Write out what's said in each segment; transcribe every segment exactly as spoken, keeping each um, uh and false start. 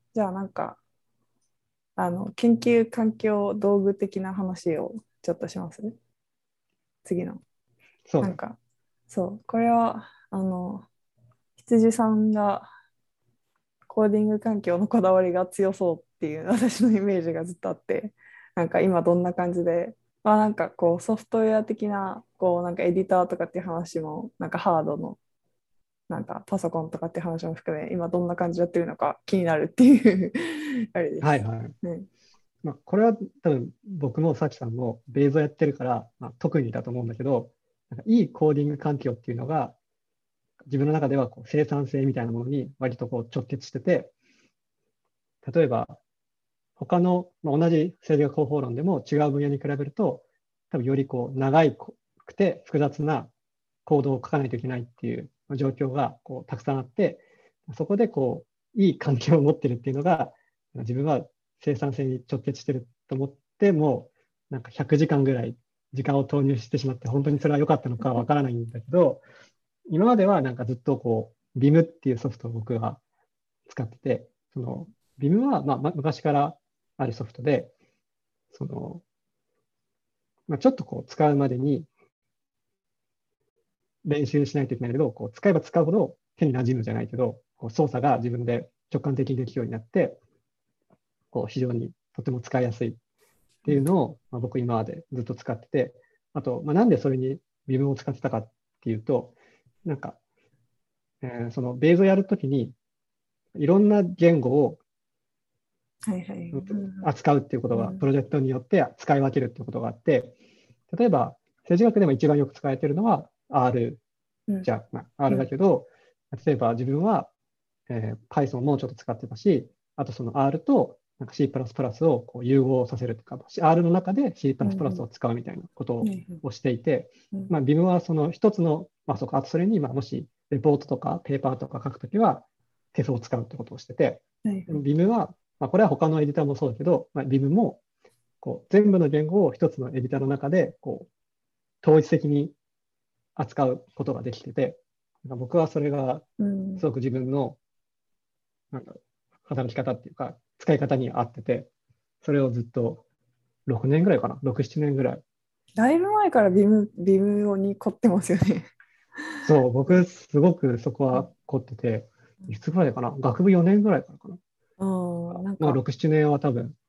じゃあなんか、あの、研究環境道具的な話をちょっとしますね。次の。 そうだね。 なんか、そう、これは、あの、羊さんがコーディング環境のこだわりが強そうっていう私のイメージがずっとあって、なんか今どんな感じで、まあなんかこうソフトウェア的な、こうなんかエディターとかっていう話も、なんかハードの、なんかパソコンとかっていう話も含め、今どんな感じでやってるのか気になるっていうあれです。 はいはい。 ね。 まあ、これは多分僕もさきさんもベースをやってるから、まあ、特にだと思うんだけど、なんかいいコーディング環境っていうのが自分の中ではこう生産性みたいなものに割とこう直結してて、例えば他の、まあ、同じ政治学方法論でも違う分野に比べると、多分よりこう長いくて複雑なコードを書かないといけないっていう状況がこうたくさんあって、そこでこういい環境を持ってるっていうのが、自分は生産性に直結してると思って、もうなんかひゃくじかんぐらい時間を投入してしまって、本当にそれは良かったのかわからないんだけど、今まではなんかずっとこう、ビム っていうソフトを僕は使ってて、その ビム はまあま昔からあるソフトで、その、まあ、ちょっとこう使うまでに練習しないといけないけど、こう使えば使うほど手に馴染むじゃないけど、こう操作が自分で直感的にできるようになって、こう非常にとても使いやすいっていうのを、まあ、僕今までずっと使ってて、あと、まあ、なんでそれに ビム を使ってたかっていうと、なんか、えーそのベースをやるときにいろんな言語をはいはい。うん扱うっていうことが、プうんロジェクトによって使い分けるっていうことがあって、例えば、政治学でも一番よく使われているのは R うんじゃ、まあ、R うんだけど、例えば自分は、えー Python もちょっと使ってたし、あとその R となんか C++ をこう融合させるというか、R の中で C++ うんうんを使うみたいなことはいはいをしていて、 うんまあ、Vim はその一つの、まあ、そうか、あとそれに、まあ、もしレポートとかペーパーとか書くときは、テフを使うってことをしてて、 はいはい Vim は、まあ、これは他のエディターもそうだけど、まあ、Vim もこう全部の言語を一つのエディターの中でこう統一的に扱うことができてて、なんか僕はそれがうんすごく自分のなんか働き方っていうか、使い方に合ってて、それをずっとろくねんぐらいかな、ろく、ななねんぐらい。 だいぶ前からビム、ビムに凝ってますよね。 そう、 うん僕、すごくそこは凝ってて、いつぐらいかな、学部よねんぐらいからかな。 うん、なんまあ、 か、 ろく、ななねんは多分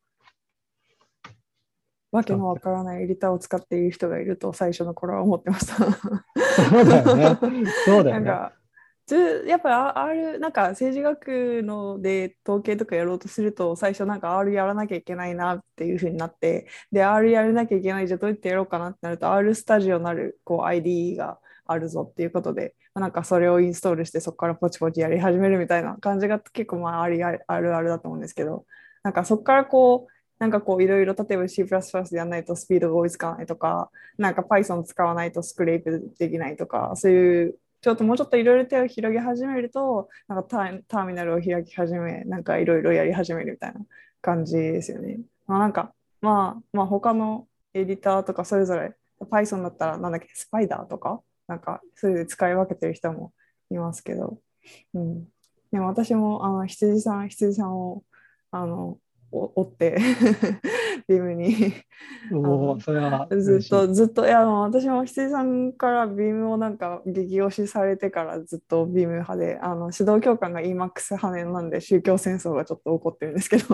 わけのわ使って。 からないエディターを使っている人がいると最初の頃は思ってました。 そうだよね。そうだよね。 なんか、ずやっぱ R、なんか政治学ので統計とかやろうとすると、最初なんか R やらなきゃいけないなっていう風になって、で、R やらなきゃいけない、じゃあどうやってやろうかなってなると、R スタジオなるこう アイディー があるぞっていうことで、なんかそれをインストールしてそこからポチポチやり始めるみたいな感じが結構まあありあるあるだと思うんですけど、なんかそこからこう、なんかこういろいろ例えば C++ でやらないとスピードが追いつかないとか、なんか Python 使わないとスクレープできないとか、そういうちょっともうちょっといろいろ手を広げ始めると、なんかタターミナルを開き始め、なんかいろいろやり始めるみたいな感じですよね。まあ、なんか、まあ、まあ他のエディターとかそれぞれ、Python だったらなんだっけ、スパイダーとか、なんかそれで使い分けてる人もいますけど、うん。でも私もあの羊さん、羊さんをあのお追ってビームにあもう、 のそれはずっ嬉しい。 とずっと、いやもう私も羊さんからビームをなんか激推しされてからずっとビーム派で、あの指導教官が イーマックス 派なんで宗教戦争がちょっと起こってるんですけど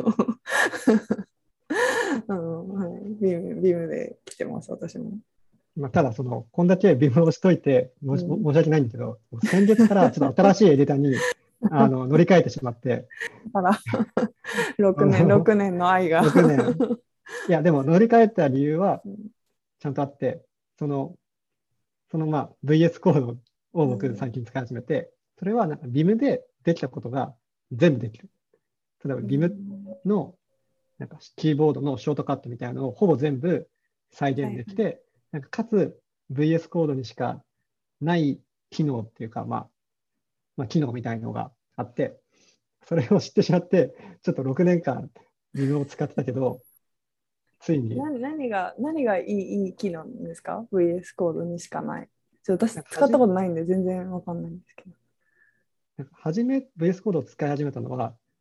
あの、はい、ビーム、ビームで来てます、私も。 まあ、ただ、その、こんだけ微妙をしといて、もし申しうん、 訳ないんだけど、先月からちょっと新しいエディターにあの乗り換えてしまって、 あら、6年、 あの、 ろくねんの愛がろくねん。いや、でも乗り換えた理由はうんちゃんとあって、その、そのまあ ブイエス コードを僕うん最近使い始めて、それはなんか Vim でできたことが全部できる。例えばう Vim んのなんかキーボードのショートカットみたいなのをほぼ全部再はいはい現できて、なんかかつ ブイエス コードにしかない機能っていうか、まあ、まあ、機能みたいなのがあって、それを知ってしまって、ちょっとろくねんかん Vim を使ってたけど、ついに、 何何が、何がいい、いい機能なんですか？ ブイエス コードにしかない。ちょっと私使ったなんかはじことないんで全然わかんないんですけど。 なんか初め ブイエス コードを使い始めたのは、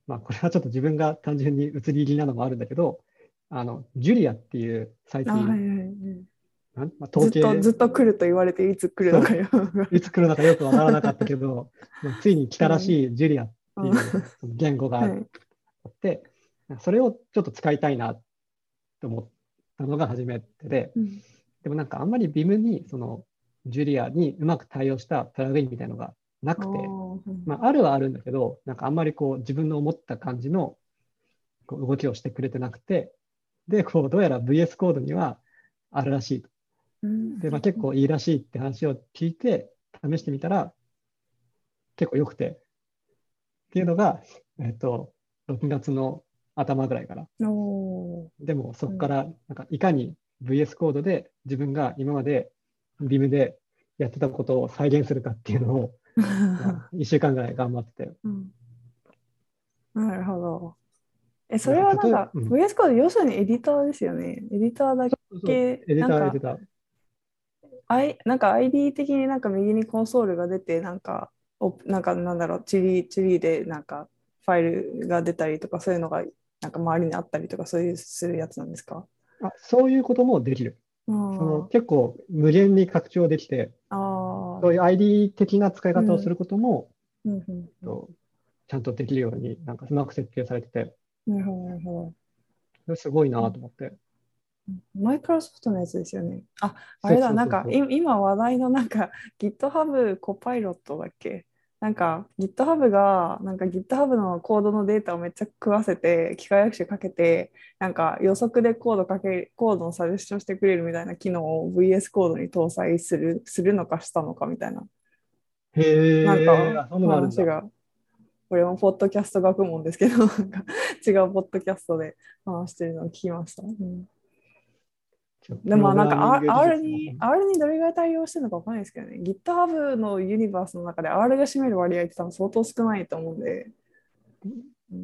まあ、これはちょっと自分が単純に移り入りなのもあるんだけど、あの、ジュリアっていう最あ、はいはい近、 はい。 なんまあ、 ずっと、 統計、 ずっと来ると言われて、いつ来るのかそよ。 う、いつ来るのかよくわからなかったけど、まあ、ついに来たらうん。 しいジュリアってうん。 いうその言語があはい。 って、それをちょっと使いたいなと思ったのが初めてで、 うん。 でもなんかあんまり Vim にそのジュリアにうまく対応したプラグインみたいなのがなああ、 くて、 うん。 まあ、あるはあるんだけど、なんかあんまりこう自分の思った感じのこう動きをしてくれてなくて、で、こうどうやら ブイエス コードにはあるらしいと。 うん。 で、まあ、結構いいらしいって話を聞いて、試してみたら結構良くて、っていうのが、えっと、ろくがつの頭ぐらいから。 おー。 でもそうん。 こからなんかいかに ブイエス コードで自分が今まで Vim でやってたことを再現するかっていうのを、まあ、いっしゅうかんぐらい頑張ってて。 うん。なるほど。え、そなんか例えば、 れはなんかうん、 ブイエス コード、要するにエディターですよね。エディターだそうそう、 け、 エディター、エデなんか、 ィター。 アイ、なんか アイディー 的になんか右にコンソールが出て、なんか、お、なんかなんだろう、チリ、チリでなんかファイルが出たりとか、そういうのがなんか周りにあったりとか、そういうするやつなんですか？ あ、そういうこともできる。そのあ結構無限に拡張できて、 あ、ああ、 そういう アイディー 的な使いうん、 方をすることも、 うん、うん、うん。 とちゃんとできるように、なんかうまく設計されてて、 なるほど、なるほそれすごいなど。 と思って。 マイクロソフトのやつですよね。あ、あそうれだ、なんかいそうそうそう。 今話題のなんか GitHub コパイロットだっけ？なんか GitHub がなんか GitHub のコードのデータをめっちゃ食わせて機械学習かけてなんか予測でコードかけコードのサジェスションしてくれるみたいな機能を ブイエス コードに搭載する、するのかしたのかみたいななんへえ、 かあ、そんなのあるんだ。 話が、これもポッドキャスト学問ですけどなんか違うポッドキャストで話してるのを聞きました。うん、 ちょでプログもなんかラミン R, グ技 R 術の。 に、R にどれぐらい対応してるのかわかんないですけどね。GitHub のユニバースの中で R が占める割合って多分相当少ないと思うんで。うん。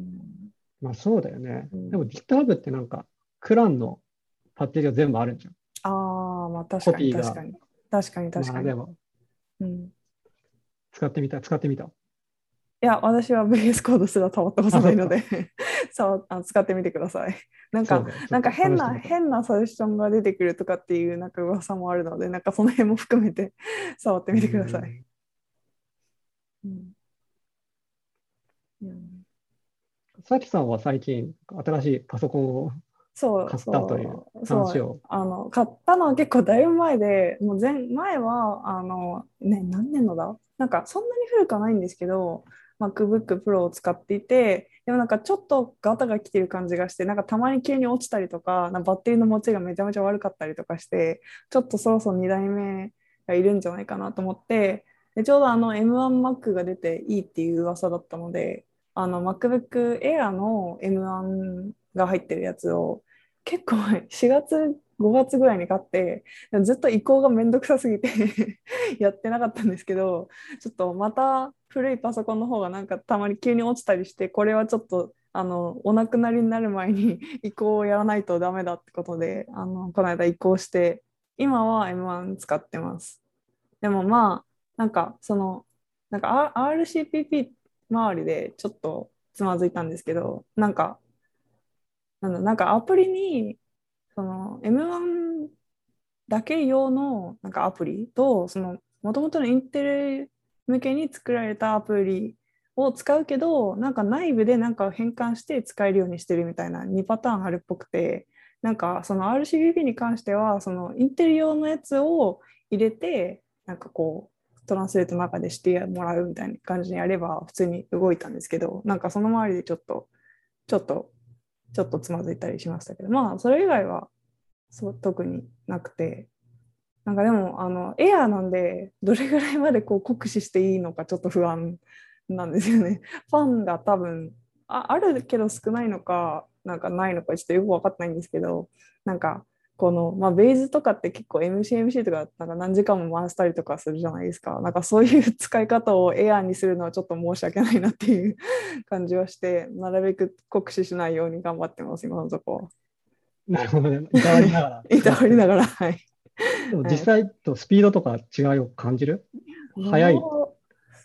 まあそうだよね。でもうん、 GitHub ってなんか、クランのパッケージが全部あるんじゃん。 ああ、まあ確コかにピーが。 確かに。確かに確かに。 まあでも、 うん。 使ってみた、使ってみた。 いや、私は ブイエス コードすら触ったことあ、そっか。 ないのでさあ、使ってみてください。なんか、 そうね。ちょなんかっと変な、 試してみたい。 変なサジェスションが出てくるとかっていうなんか噂もあるので、なんかその辺も含めて触ってうみてください。 ん。 うん。うん、 さきさんは最近、新しいパソコンをそう買ったというそう、そう、 話を。 あの、買ったのは結構だいぶ前で、もう前、前は、あの、ね、何年のだなんかそんなに古くはないんですけど、MacBook Pro を使っていて、でもなんかちょっとガタが来てる感じがして、なんかたまに急に落ちたりとか、なんかバッテリーの持ちがめちゃめちゃ悪かったりとかして、ちょっとそろそろにだいめがいるんじゃないかなと思って、で、ちょうどあの エムワン Mac が出ていいっていう噂だったので、あの MacBook Air の エムワン が入ってるやつを結構しがつ、ごがつぐらいに買って、ずっと移行がめんどくさすぎてやってなかったんですけど、ちょっとまた古いパソコンの方がなんかたまに急に落ちたりして、これはちょっとあのお亡くなりになる前に移行をやらないとダメだってことで、あのこの間移行して、今は エムワン 使ってます。でもまあ、なんかその、なんか アールシーピーピー 周りでちょっとつまずいたんですけど、なんか、なんだ、なんかアプリに、その エムワン だけ用のなんかアプリと、その元々のインテル向けに作られたアプリを使うけど、なんか内部でなんか変換して使えるようにしてるみたいなにパターンあるっぽくて、なんかその アールシービーピー に関しては、そのインテル用のやつを入れて、なんかこう、トランスレートの中でしてもらうみたいな感じにやれば普通に動いたんですけど、なんかその周りでちょっと、ちょっと、ちょっとつまずいたりしましたけど、まあそれ以外はそう特になくて、なんかでもあのエアーなんでどれぐらいまでこう酷使していいのかちょっと不安なんですよね。ファンが多分 あ, あるけど少ないのかなんかないのかちょっとよく分かってないんですけど、なんかこの、まあ、ベイズとかって結構 エムシーエムシー とかなんか何時間も回したりとかするじゃないですか。なんかそういう使い方をエアーにするのはちょっと申し訳ないなっていう感じはして、なるべく酷使しないように頑張ってます、今のところ。 なるほどね。いたわりながらいた使ってる。 わりながら、はい。 でもはい、 実際とスピードとか違いを感じる？速いどう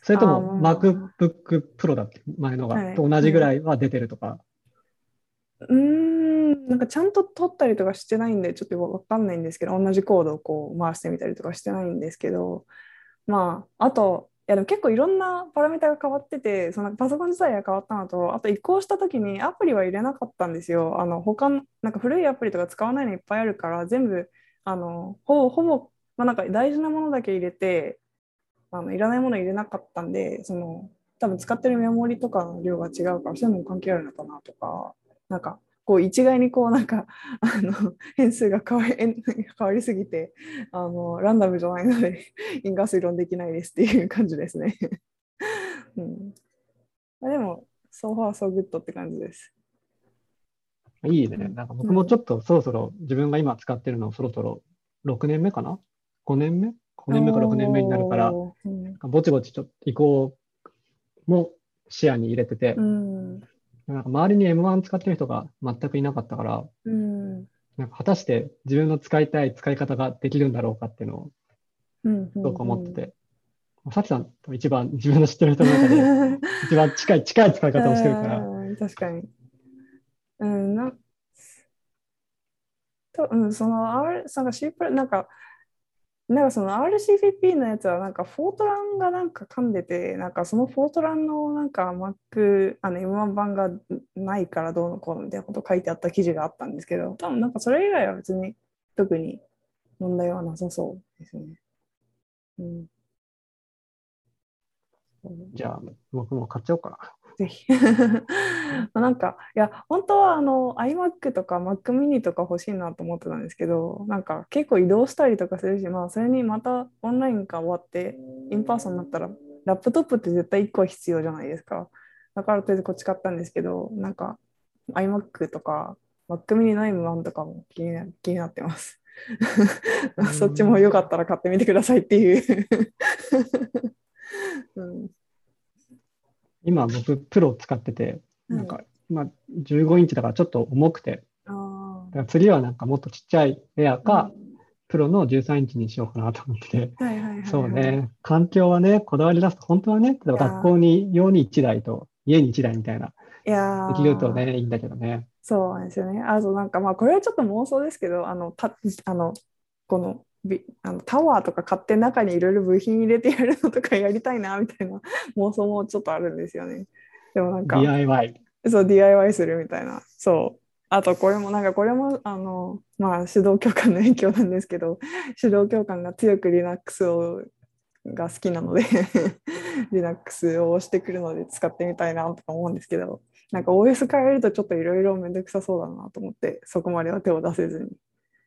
それとああ、 もま MacBook Pro だっけ前のあ、 が、 はい、 と同じぐはい。 らいは出てるとか。 うーん、なんかちゃんと撮ったりとかしてないんで、ちょっとわかんないんですけど、同じコードをこう回してみたりとかしてないんですけど、まあ、あと、いやでも結構いろんなパラメータが変わってて、そのパソコン自体が変わったのと、あと移行した時にアプリは入れなかったんですよ。あの、他の、なんか古いアプリとか使わないのいっぱいあるから、全部、あの、ほぼ、ほぼ、まあ、なんか大事なものだけ入れて、あの、いらないもの入れなかったんで、その、多分使ってるメモリとかの量が違うから、そういうのも関係あるのかなとか、なんか、こう一概にこうなんかあの変数が変わり変わりすぎてあのランダムじゃないので因果推論できないですっていう感じですね。うん、でも、so far so good って感じです。 いいね。 うん。 なんかうん。 僕もちょっとそろそろ自分が今使ってるのそろそろろくねんめかな？ ご 年目 ?ご 年目かろくねんめになるから、 おー、うん。 ぼちぼちちょっと移行も視野に入れてて、 うん。 なんか周りに エムワン 使ってる人が全くいなかったから、 うん。 なんか果たして自分の使いたい使い方ができるんだろうかっていうのをうん。うすごく思ってん。 て、さきさんと一番自分の知ってる人の中で一番近い、近い使いう方をしてるから、 ん。確かに。うん。な、と、うん、その R、その C プラ、なんか、なんかその アールシーピーピー のやつはなんかフォートランがなんか噛んでて、なんかそのフォートランのなんか Mac、あの エムワン 版がないからどうのこうのみたいなこと書いてあった記事があったんですけど、多分なんかそれ以外は別に特に問題はなさそうですね。うん。 じゃあ僕も買っちゃおうかぜひ。 な。 なんか、いや、本当はあの iMac とか Mac mini とか欲しいなと思ってたんですけど、なんか結構移動したりとかするし、まあ、それにまたオンラインが終わって、インパーソンになったら、ラップトップって絶対いっこは必要じゃないですか。だからとりあえずこっち買ったんですけど、なんか iMac とか Mac mini の エムワン とかも気にな、気になってます。 うーそっちもよかんったら買ってみてくださいっていううん。 今僕プロ使ってて、なんか、 はい。 まあ、じゅうごインチだからちょっと重くて、 ああ。 だから次はなんかもっとちっちゃいエアうん。 か、プロのじゅうさんインチにしようかなと思ってて、 はいはいはいはい。 そうね、環境はね、こだわり出すと、本当はね、例えばいや学校に用にいちだいと家にいちだいみたいな、 ー、いやできるとー、 ね、いいんだけどね。 そうなんですよね。あとなんかまあこれはちょっと妄想ですけど、あの、た、あの、この、ビあのタワーとか買って中にいろいろ部品入れてやるのとかやりたいなみたいな妄想もちょっとあるんですよね。でもなんか、 ディーアイワイ。 そう ディーアイワイ するみたいな。そう。あとこれもなんかこれもあの、まあ指導教官の影響なんですけど、指導教官が強く Linux をが好きなのでLinux を押してくるので使ってみたいなとか思うんですけど、なんか オーエス 変えるとちょっといろいろめんどくさそうだなと思って、そこまでは手を出せずに。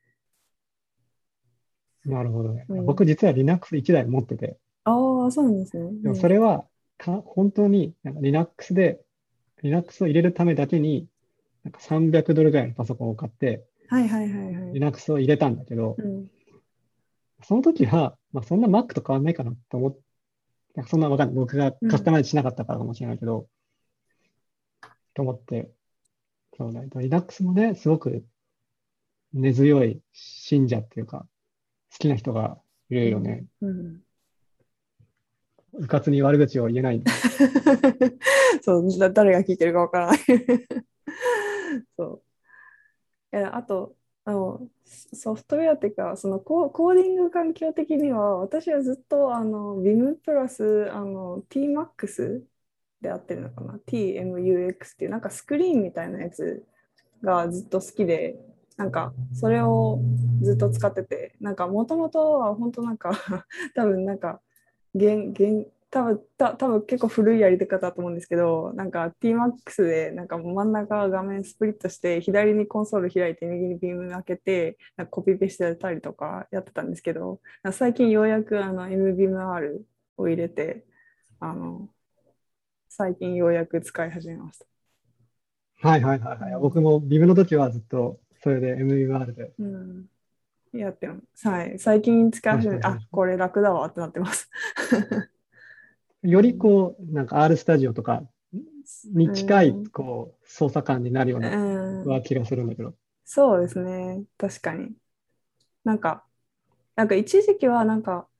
なるほどね。 うん、 僕実は リナックスいちだい持ってて、 ああ、そうなんですね。 でもうん、 それはた本当になんか Linux で、Linux を入れるためだけに、なんかさんびゃくドルぐらいのパソコンを買って、 はいはいはいはい。 Linux を入れたんだけど、 うん、 その時は、まあ、そんな Mac と変わんないかなと思って、なんかそんなわかんない。僕がうん、 カスタマイズしなかったからかもしれないけど、と思って、そうね。Linux もね、すごく根強い信者っていうか、好きな人がいるうん、 よね。 うん。 うかつに悪口を言えないんだ。 そう、だ誰が聞いてるかわからないそう。え、あと、あの、ソフトウェアっていうか、そのコー、コーディング環境的には、私はずっとあの Vim プラスあの Tmax で合ってるのかな？ ティーエムユーエックス っていうなんかスクリーンみたいなやつがずっと好きで、なんかそれをずっと使ってて、なんかもともとは本当なんか多分なんか現現多分た多分結構古いやり方だと思うんですけど、なんか Tmax でなんか真ん中画面スプリットして左にコンソール開いて右にビーム開けてなんかコピペしてやったりとかやってたんですけど、最近ようやくあの エムビームアール を入れてあの最近ようやく使い始めました。 はいはいはいはい。僕うん、 も Vim の時はずっとそれで エムユーアール でうん、やってます。はい。最近使い始めて、あ、 やってました。 これ楽だわってなってます。 よりこう、なんか R スタジオとかうに近いん、 こう操作感になるよううなん、 気がするんだけど。 そうですね。確かに。なんか、なんか一時期はなんか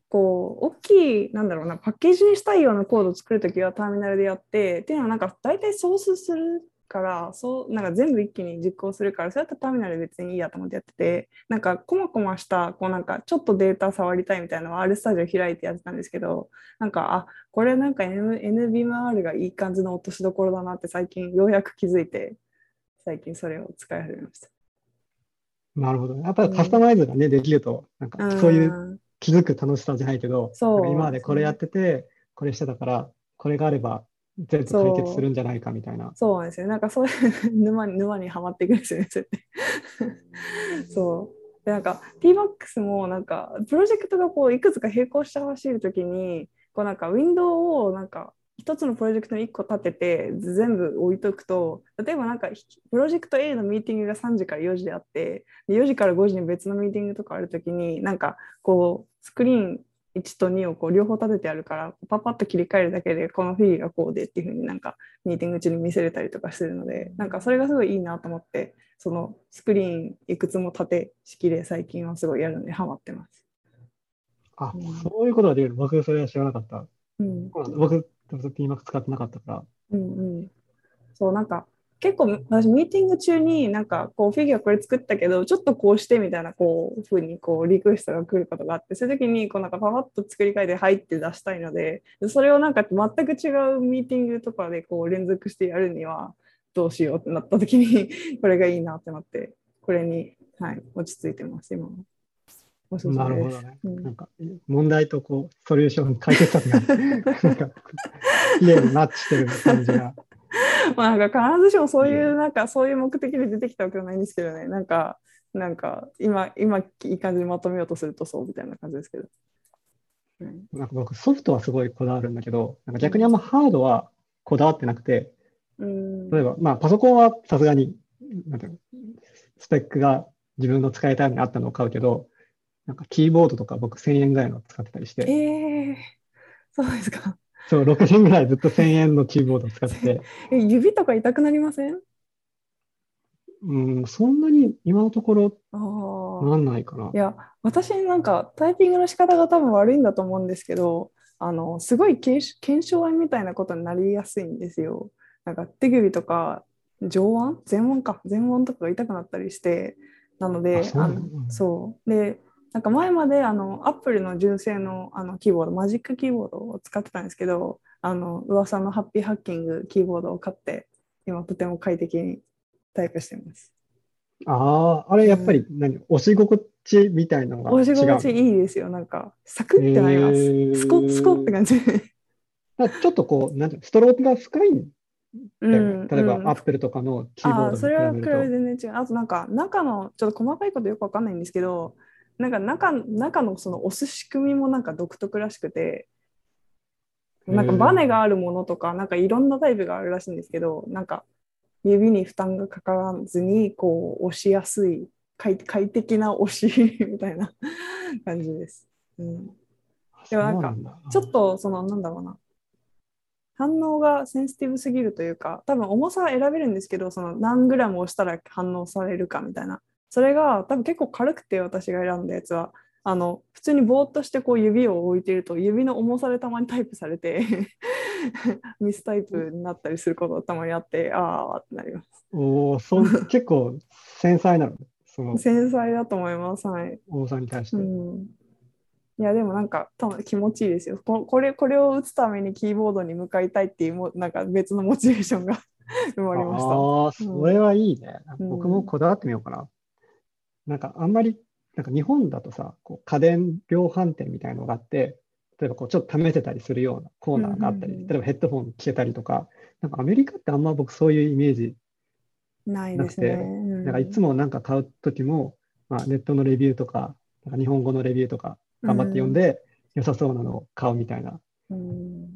こう大きいなんだろうなパッケージにしたいようなコードを作るときはターミナルでやってっていうのはなんか大体ソースするからそうなんか全部一気に実行するからそれだったらターミナルで別にいいやと思ってやっててなんかこまこましたこうなんかちょっとデータ触りたいみたいなのは R スタジオ開いてやってたんですけどなんかあこれなんか N-エヌビーエムアール がいい感じの落としどころだなって最近ようやく気づいて最近それを使い始めました。 なるほどね。やっぱりカスタうん、 マイズがね、できると、なんかうそういうん、 気づく楽しさじゃないけど、なんか今そうまでこれやっですね。 てて、これしてたから、これがあれば全部解決すそうるんじゃないかみたいな。 そうなんですよ。なんかそういう沼に、沼にはまっていくんですよね、そうやって。そう。で、なんか ティーバックス もなんかプロジェクトがこういくつか並行して走るときに、こうなんかウィンドウをなんか一つのプロジェクトにいっこ立てて全部置いとくと、例えばなんかプロジェクト A のミーティングがさんじからよじであって、でよじからごじに別のミーティングとかあるときに、なんかこうスクリーンいちとにをこう両方立ててあるからパパッと切り替えるだけでこのフィーがこうでっていう風になんかミーティング中に見せれたりとかするのでなんかそれがすごいいいなと思ってそのスクリーンいくつも立て式で最近はすごいやるのでハマってます。 あ、 うん、 そういうことができる。僕、それは知らなかった。 うん僕、ピーマック 使ってなかったから。 うんうん、そうなんか結構私ミーティング中になんかこうフィギュアこれ作ったけどちょっとこうしてみたいなこう風にこうリクエストが来ることがあってそういう時にこうなんかパパッと作り変えて入って出したいのでそれをなんか全く違うミーティングとかでこう連続してやるにはどうしようってなった時にこれがいいなってなってこれに、はい、落ち着いてます今は。おすすめです。 なるほどね。 うん、 なんか、問題とこう、ソリューション、解決策がなんか、綺麗にマッチしてる感じが。 まあなんか必ずしもそういいね。 いうなんかそういう目的で出てきたわけじゃないんですけどねなんかなんか今今いい感じにまとめようとするとそうみたいな感じですけど、うん、 なんか僕、ソフトはすごいこだわるんだけど、なんか逆にあんうんまハードはこだわってなくて、 うん例えば、まあ、パソコンはさすがに、なんていうの、スペックが自分の使いたいのにあったのを買うけど、なんかキーボードとか僕せんえんぐらいの使ってたりしえて、 ー、そうですか。 そう、ろくねんぐらいずっとせんえんのキーボードを使ってて、 え指とか痛くなりません？ うん、そんなに今のところああ、 なんないかな。 いや、私なんかタイピングの仕方が多分悪いんだと思うんですけど、あの、すごい腱腱鞘炎みたいなことになりやすいんですよ。なんか手首とか上腕前腕か。前腕とかが痛くなったりして、なのあ、 で、 そうなの、 あの、 うん、 そう。で、なんか前まであの、アップルの純正のあのキーボード、マジックキーボードを使ってたんですけど、あの、噂のハッピーハッキングキーボードを買って、今とても快適にタイプしています。 ああ、あれやっぱりうん、 何、押し心地みたいなのが押し心地違うの？ いいですよ。なんか、サクえってなります。スコッスコってー、 感じ。 だちょっとこう、なんていうの、ストロークが深いんうだよね。 ん、 例えば、 うん。 アップルとかのキーボーああ、 ドに比それは比べべると。 全然違う。あとなんか、中の、ちょっと細かいことよくわかんないんですけど、なんか中、中のその押す仕組みもなんか独特らしくて、 へなんかバネえ。 があるものとか、なんかいろんなタイプがあるらしいんですけど、なんか指に負担がかからずに、こう、押しやすい、快、快適な押しみたいな感じです。うん。でもなんか、 そうなんだ。 ちょっと、その、なんだろうな、反応がセンシティブすぎるというか、多分重さは選べるんですけど、その何グラム押したら反応されるかみたいな。それが多分結構軽くて私が選んだやつは、あの普通にぼーっとしてこう指を置いていると指の重さでたまにタイプされてミスタイプになったりすることがたまにあってああってなります。 おお、そん、結構繊細なのね。その繊細だと思います。はい。 重さに対しうて。 ん。いやでもなんか多分気持ちいいですよ。ここれこれを打つためにキーボードに向かいたいっていうもなんか別のモチベーションが生まれました。 ああ、 うそれん。 はいいね。 う僕もん。 こだわってみようかな。なんかあんまり、なんか日本だとさ、こう家電量販店みたいなのがあって、例えばこうちょっと試せたりするようなコーうん。うナーがあったり、 ん。 例えばヘッドホン聞けたりとか、なんかアメリカってあんま僕そういうイメージないですね。 なくて、なんかいうん。 つもなんか買うときも、まあ、ネットのレビューとか、なんか日本語のレビューとかう頑張って読んん。 で、良さそうなのを買うみたいな。 うん。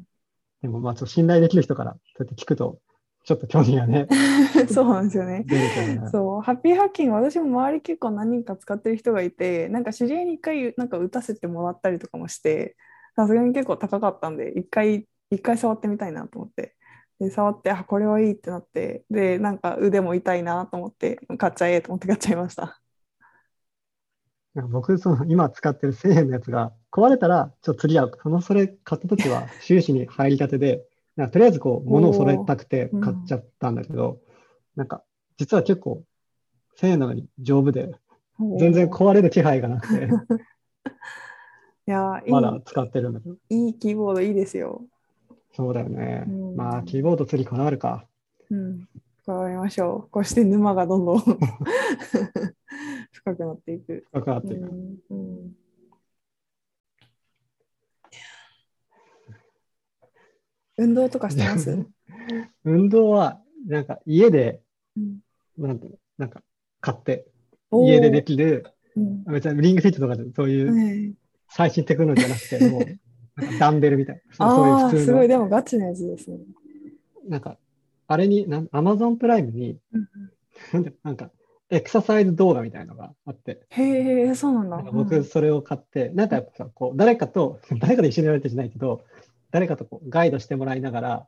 でもまあちょっと信頼できる人からそうやって聞くと、ちょっと興味がね、 そうなんですよね。 出るけどね。 そう、ハッピーハッキング、私も周り結構何人か使ってる人がいて、なんか知り合いに一回なんか打たせてもらったりとかもして、さすがに結構高かったんで、一回、一回触ってみたいなと思って。で、触って、あ、これはいいってなって、で、なんか腕も痛いなと思って、買っちゃえと思って買っちゃいました。 なんか僕、その今使ってるせんえんのやつが壊れたら、ちょっと次は、そのそれ買った時は収支に入りたてで、なんかとりあえずこう、物を揃えおー、 たくて買っちうん。 ゃったんだけど、なんか、実は結構せんえんなのに丈夫で、全然おー。 壊れる気配がなくて、 いやー、いい、 まだ使ってるんだけど。 いいキーボードいいですよ。 そうだようね。まあ、キーん。 ボード次こだわるか。 うん。頑張りましょう。こうして沼がどんどん深くなっていく。 関わっていく。 うん。うん。運動とかしてます？ 運動は、なんか家で、 うん。 なんていうの、なんか買って、家でおお。 できる、 うん。 別にリングフィットとかでそういうはい。 最新テクノロジーじゃなくて、もう、なんかダンベルみたいな、そうそういう普ああ、すごい。 通の、 でもガチなやつですね。 なんか、あれに、なんアマゾンプライムに、 うん。 なんでなんか、エクササイズ動画みたいなのがあって、 へえ、そうなんだ。 なんかうん。 僕それを買って、なんかやっぱさ、こう、誰かと、誰かと一緒にやるってじゃないけど、誰かとこうガイドしてもらいながらうん。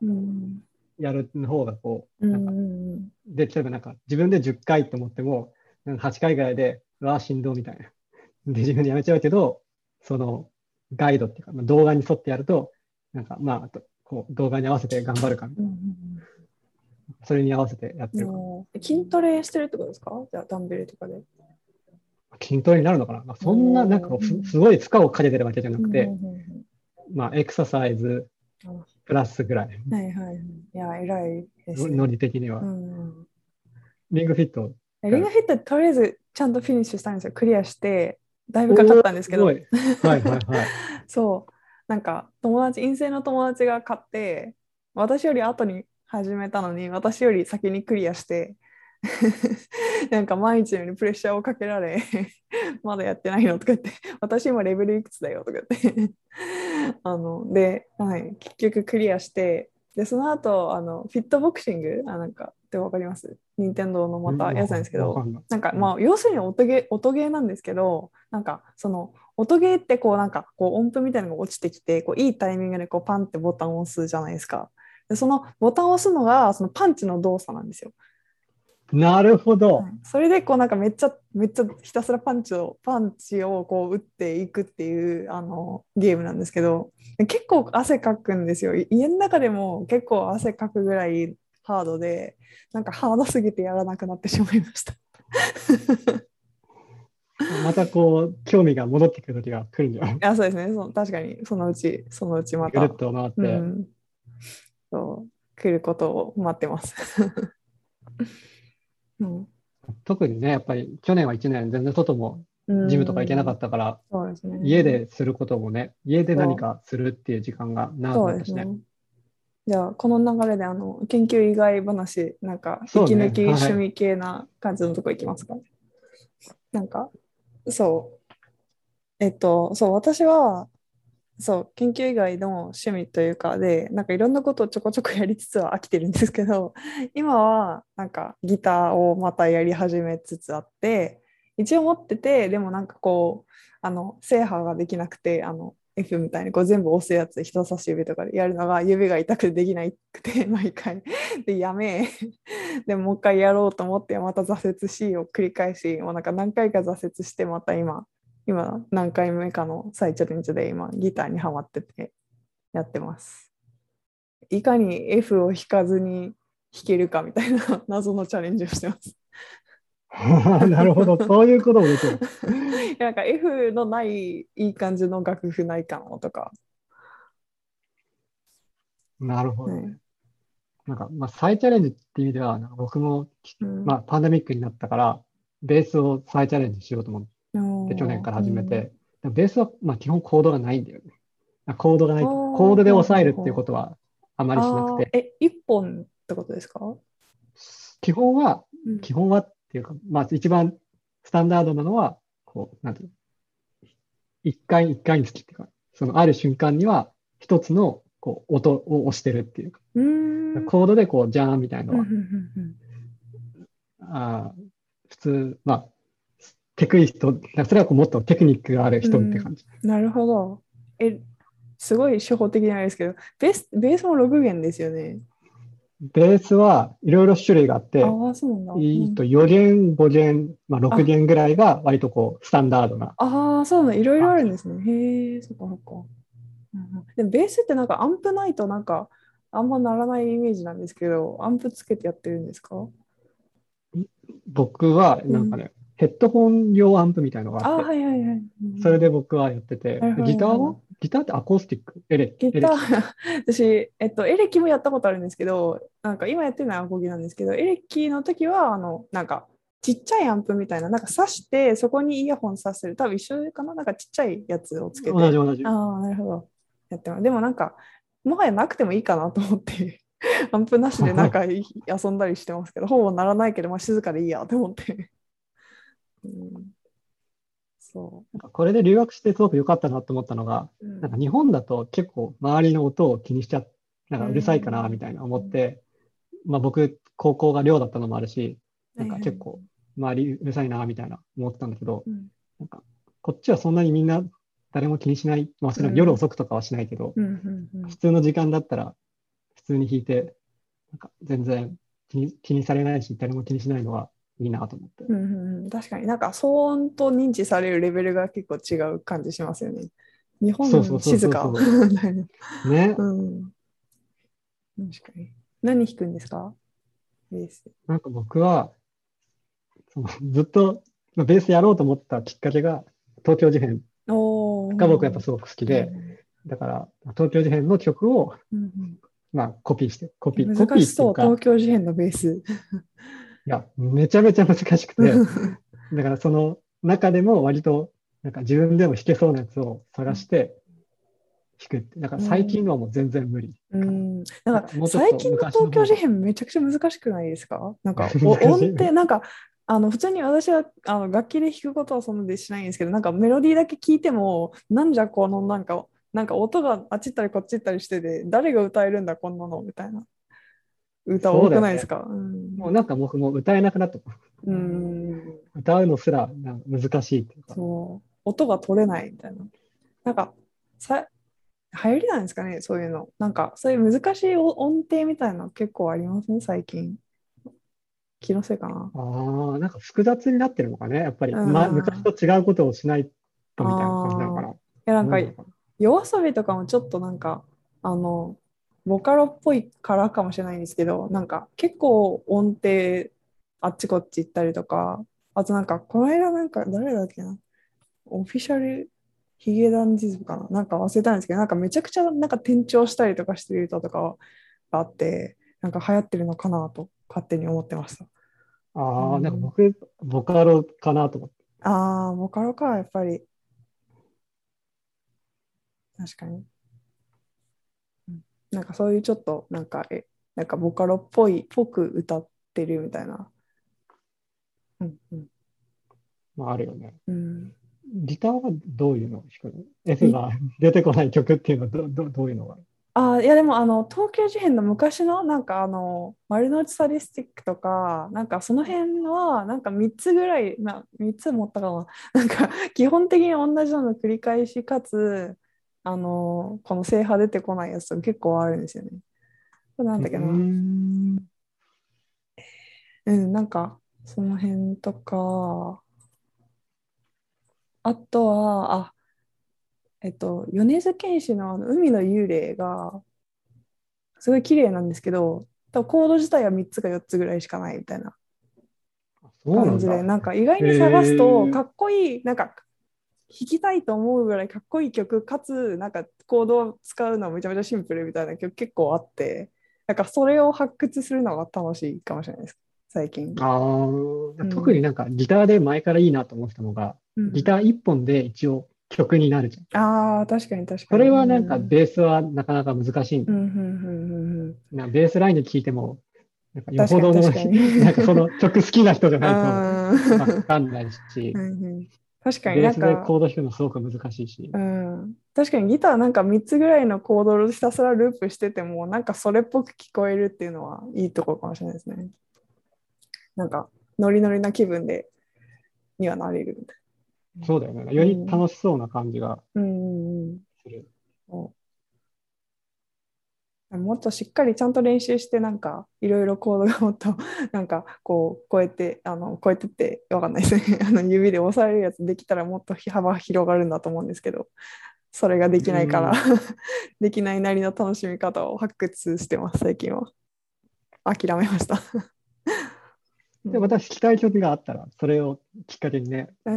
やる方が、こうう、なんか、 ん。 で、例えばなんか、自分でじゅっかいと思っても、なんかはちかいぐらいで、うわー、しんどみたいな。で、自分でやめちゃうけど、その、ガイドっていうか、まあ動画に沿ってやると、なんか、まあ、あとこう動画に合わせて頑張るかみたいな。 うん。 それに合わせてやってるかもう筋トレしてるってことですか？じゃあ、ダンベルとかで。 ら。筋トレになるのかな、まあ、そんな、なんかおー。うん。 すすごい負荷をかけてるわけじゃなうん。うくて、 ん。うん。 まあ、エクササイズあ、 プラスぐらい、 はいはいはい。いや、偉いですね。 ノリ的にうは。 ん。 リングフィットが、 リングフィットとりあえずちゃんとフィニッシュしたんですよ。クリアして、だいぶかかっおー、 たんですけど。 すごい。はいはいはい。 そう。なんか、友達、陰性の友達が買って、私より後に始めたのに、私より先にクリアして、なんか毎日のようにプレッシャーをかけられ、まだやってないのとか言って、私今レベルいくつだよとか言って、あの、で、はい、結局クリアして、で、その後、あの、フィットボクシング、あ、なんか、ってわかります？任天堂のまうん、 たやつわかん、 なんですけど、 わかんない。 なんか、 うん、 まあ、要するに音ゲー、音ゲーなんですけど、なんか、その、音ゲーってこう、なんか、こう、音符みたいなのが落ちてきて、こう、いいタイミングでこう、パンってボタンを押すじゃないですか。で、そのボタンを押すのが、そのパンチの動作なんですよ。 なるほど。 はい、それでこうなんかめっちゃめっちゃひたすらパンチをパンチをこう打っていくっていうあのゲームなんですけど、結構汗かくんですよ。家の中でも結構汗かくぐらいハードで、なんかハードすぎてやらなくなってしまいました。 またこう、興味が戻ってくる時が来るんじゃないあ、そうですね。その確かにそのうちそのうちまた、 ぐるっと回って。 うん、そう来ることを待ってます。うん、 特にね、やっぱり去年はいちねん全然外もうジムとか行けなかん、 ったから、 そうです家ね。 ですることもね、家で何そうかするっていう時間が長くそうなったしね。 ですね。じゃあ、この流れであの研究以外話、なんかそうね、 息抜きはい。 趣味系な感じのとこ行きますか？なんか、そう、えっと、そう、私は、そう、研究以外の趣味というかで、なんかいろんなことをちょこちょこやりつつは飽きてるんですけど、今はなんかギターをまたやり始めつつあって、一応持ってて、でもなんかこう、あの、制覇ができなくて、あの、F みたいにこう全部押すやつ、人差し指とかでやるのが指が痛くてできなくて、毎回。で、やめ、でもう一回やろうと思って、また挫折しを繰り返し、もうなんか何回か挫折して、また今、今何回目かの再チャレンジで今ギターにハマっててやってます。いかに F を弾かずに弾けるかみたいな謎のチャレンジをしてます。 なるほど、そういうこともできる。 なんか F のないいい感じの楽譜ないかもとか。 なるほどね。 ね、 なんか、まあ、再チャレンジっていう意味では、なんか僕も、 うん、 まあ、パンデミックになったから、ベースを再チャレンジしようと思って去年からうん、 始めて、でもベースは、まあ、基本コードがないんだよね。あコードがないっていうか、コーほうドでほうほう抑えるっていうほう。 ことはあまりしなくああ、 て、 え、一本ってことですか？ 基本は、 うん、 基本はっていうか、まあ一番スタンダードなのは、こう、なんていうの、一回一回につきっていうか、そのある瞬間には一つのこう音を押してるっていうか、 うーん、うん、 コードでこう、ジャーンみたいなうん、うのは、 ん、 あー普通、まあ、テクニスト、それはこうもっとテクニックがあるうん。 人って感じ。 なるほど。え、すごい初歩的なんですけど、ベース、ベースもろく弦ですよね。 ベースはいろいろ種類があって、 ああ、そうなんだ。ういいとん、 よ弦、ご弦、まあ、ろくあ、 弦ぐらいが割とこうスタンダードなああ、そうなんだ。いろいろあ感じ。 るんですね。へえ、そっかそっか。うんうん、でもベースってなんかアンプないとなんかあんまならないイメージなんですけど、アンプつけてやってるんですか？ 僕はうん。 なんかね、ヘッドホン用アンプみたいのがあああ、 って、 はいはいはい。うんうそれでん、 僕はやってて、 なるほど、 ギターはなるほど。 ギターってアコースティックエレ、 ギター、 エレキ。 私、えっと、エレキもやったことあるんですけど、なんか今やってるのはアコギなんですけど、エレキの時は、あの、なんか、ちっちゃいアンプみたいな、なんか挿して、そこにイヤホン挿せる、多分一緒かな、なんかちっちゃいやつをつけて、 同じ同じ。 ああ、なるほど。やってます。でもなんか、もはやなくてもいいかなと思ってアンプなしでなんか遊んだりしてますけど、ほぼならないけど、まあ、静かでいいやと思ってうん、そなんかこれで留学してすごく良かったなと思ったのが、 う。うん。 なんか日本だと結構周りの音を気にしちゃ、なんうかうるさいかなん。 みたいな思って、まあ僕、高校が寮だったのもあるし、なんはいはい。 か結構周りうるさいなみたいな思ってたんだけど、 うん。 なんかこっちはそんなにみんな誰も気にしない、まあそれは夜うん。 遅くとかはしないけど、 うん。うん。 普通の時間だったら普通に弾いて、なんか全然気に、気にされないし、誰も気にしないのはいいなと思って。 うんうんうん、確かになんか騒音と認知されるレベルが結構違う感じしますよね。日本そうそうそう静か。 そうそう。ね。 うん、確かに。何弾くんですか？ベース。 なんか僕は、そのずっとまあベースやろうと思ったきっかけが、東京事変おー、 が僕やっぱすごく好きで、 うんだから東京事変の曲を、 うんまあ、コピーして、コピー、 うん、 コピー難しそう、 っていうか、 東京事変のベース。 いや、めちゃめちゃ難しくて、だからその中でも割と、なんか自分でも弾けそうなやつを探して弾くって。だから最近のはもう全然無理かな。 うん、なんかなんかもうちょっと最近の東京事昔の方が変めちゃくちゃ難しくないですか？なんかお難しい。 音程、なんかあの普通に私はあの楽器で弾くことはそんなでしないんですけど、なんかメロディーだけ聞いても、なんじゃこのなんか、なんか音があっち行ったりこっち行ったりしてて、誰が歌えるんだこんなのみたいな歌多そうだよね。 くないですか？うん。 もうなんか僕もう歌えなくなった。 うん。 歌うのすらなんか難しいっていうか。 そう。音が取れないみたいな。なんかさ、流行りなんですかね、そういうの。なんかそういう難しい音程みたいなの結構ありますね、最近。気のせいかな。 ああ、なんか複雑になってるのかね。やっぱり、 うん。 ま、昔あと違うことをしないとみたいな感じなのかあ。 な。 いや、なんか、 どうなのかな。 夜遊びとかもちょっとなんか、あの、ボカロっぽいからかもしれないんですけど、なんか結構音程あっちこっち行ったりとか、あとなんか、この間なんか、誰だっけな、オフィシャルヒゲダンディズムかな、なんか忘れたんですけど、なんかめちゃくちゃなんか転調したりとかしてる歌とかがあって、なんか流行ってるのかなと勝手に思ってました。うああ、なんかん、 僕、ボカロかなと思って。 ああ、ボカロか、やっぱり。確かに。うん、なんかそういうちょっとなんかえなんかボカロっぽいぽく歌ってるみたいな。うんうんまあ、あるよね。 うん、 ギターはどういうのを弾くの？ い ?F が出てこない曲っていうのはど、ど、どういうのがある？ あ、いやでもあの東京事変の昔のなんかあの丸の内サディスティックとかなんかその辺はなんかみっつぐらい、まあ、みっつ持ったかな。なんか基本的に同じような繰り返しかつあのこの正派出てこないやつとか結構あるんですよね。これなんうーだっけな。 ん。 うん、なんかその辺とか、あとは、あ、えっと、米津玄師のあの海の幽霊がすごい綺麗なんですけど、多分コード自体はみっつかよっつぐらいしかないみたいなあ、そうな感じで、 んだ。 なんか意外へに探すとえ。 かっこいい、なんか弾きたいと思うぐらいかっこいい曲、かつなんかコードを使うのはめちゃめちゃシンプルみたいな曲結構あって、なんかそれを発掘するのが楽しいかもしれないです、最近。 ああ、特にうん。 なんかギターで前からいいなと思ってたのが、 うん。 ギター一本で一応曲になるじゃん。 ああ、確かに確かに。 それうはなんかん。 ベースはなかなか難しいんだよ。 うん、うん、うん、うんうん。 なベースラインで聴いても、なんかよ確かにほどの確かに。 なんかその曲好きな人じゃうないとわん。 かんないうし、 んうん、確かにベースでなんか、 コード弾くのすごく難しいし。 うん、確かにギターなんかみっつぐらいのコードをひたすらループしてても、なんかそれっぽく聞こえるっていうのはいいところかもしれないですね。なんか、ノリノリな気分でにはなれるみたいそうだよね。 な。 よりうん。 楽しそうな感じがうんうんうん。 する。 そうもっとしっかりちゃんと練習してなんかいろいろコードがもっとなんかこうこうやってあのこうやってってわかんないですねあの指で押さえるやつできたらもっと幅が広がるんだと思うんですけど、それがでうきないからん。 できないなりの楽しみ方を発掘してます最近は。諦めました。うで、まん、 た弾きたい曲があったら、それをきっかけにね、 うん、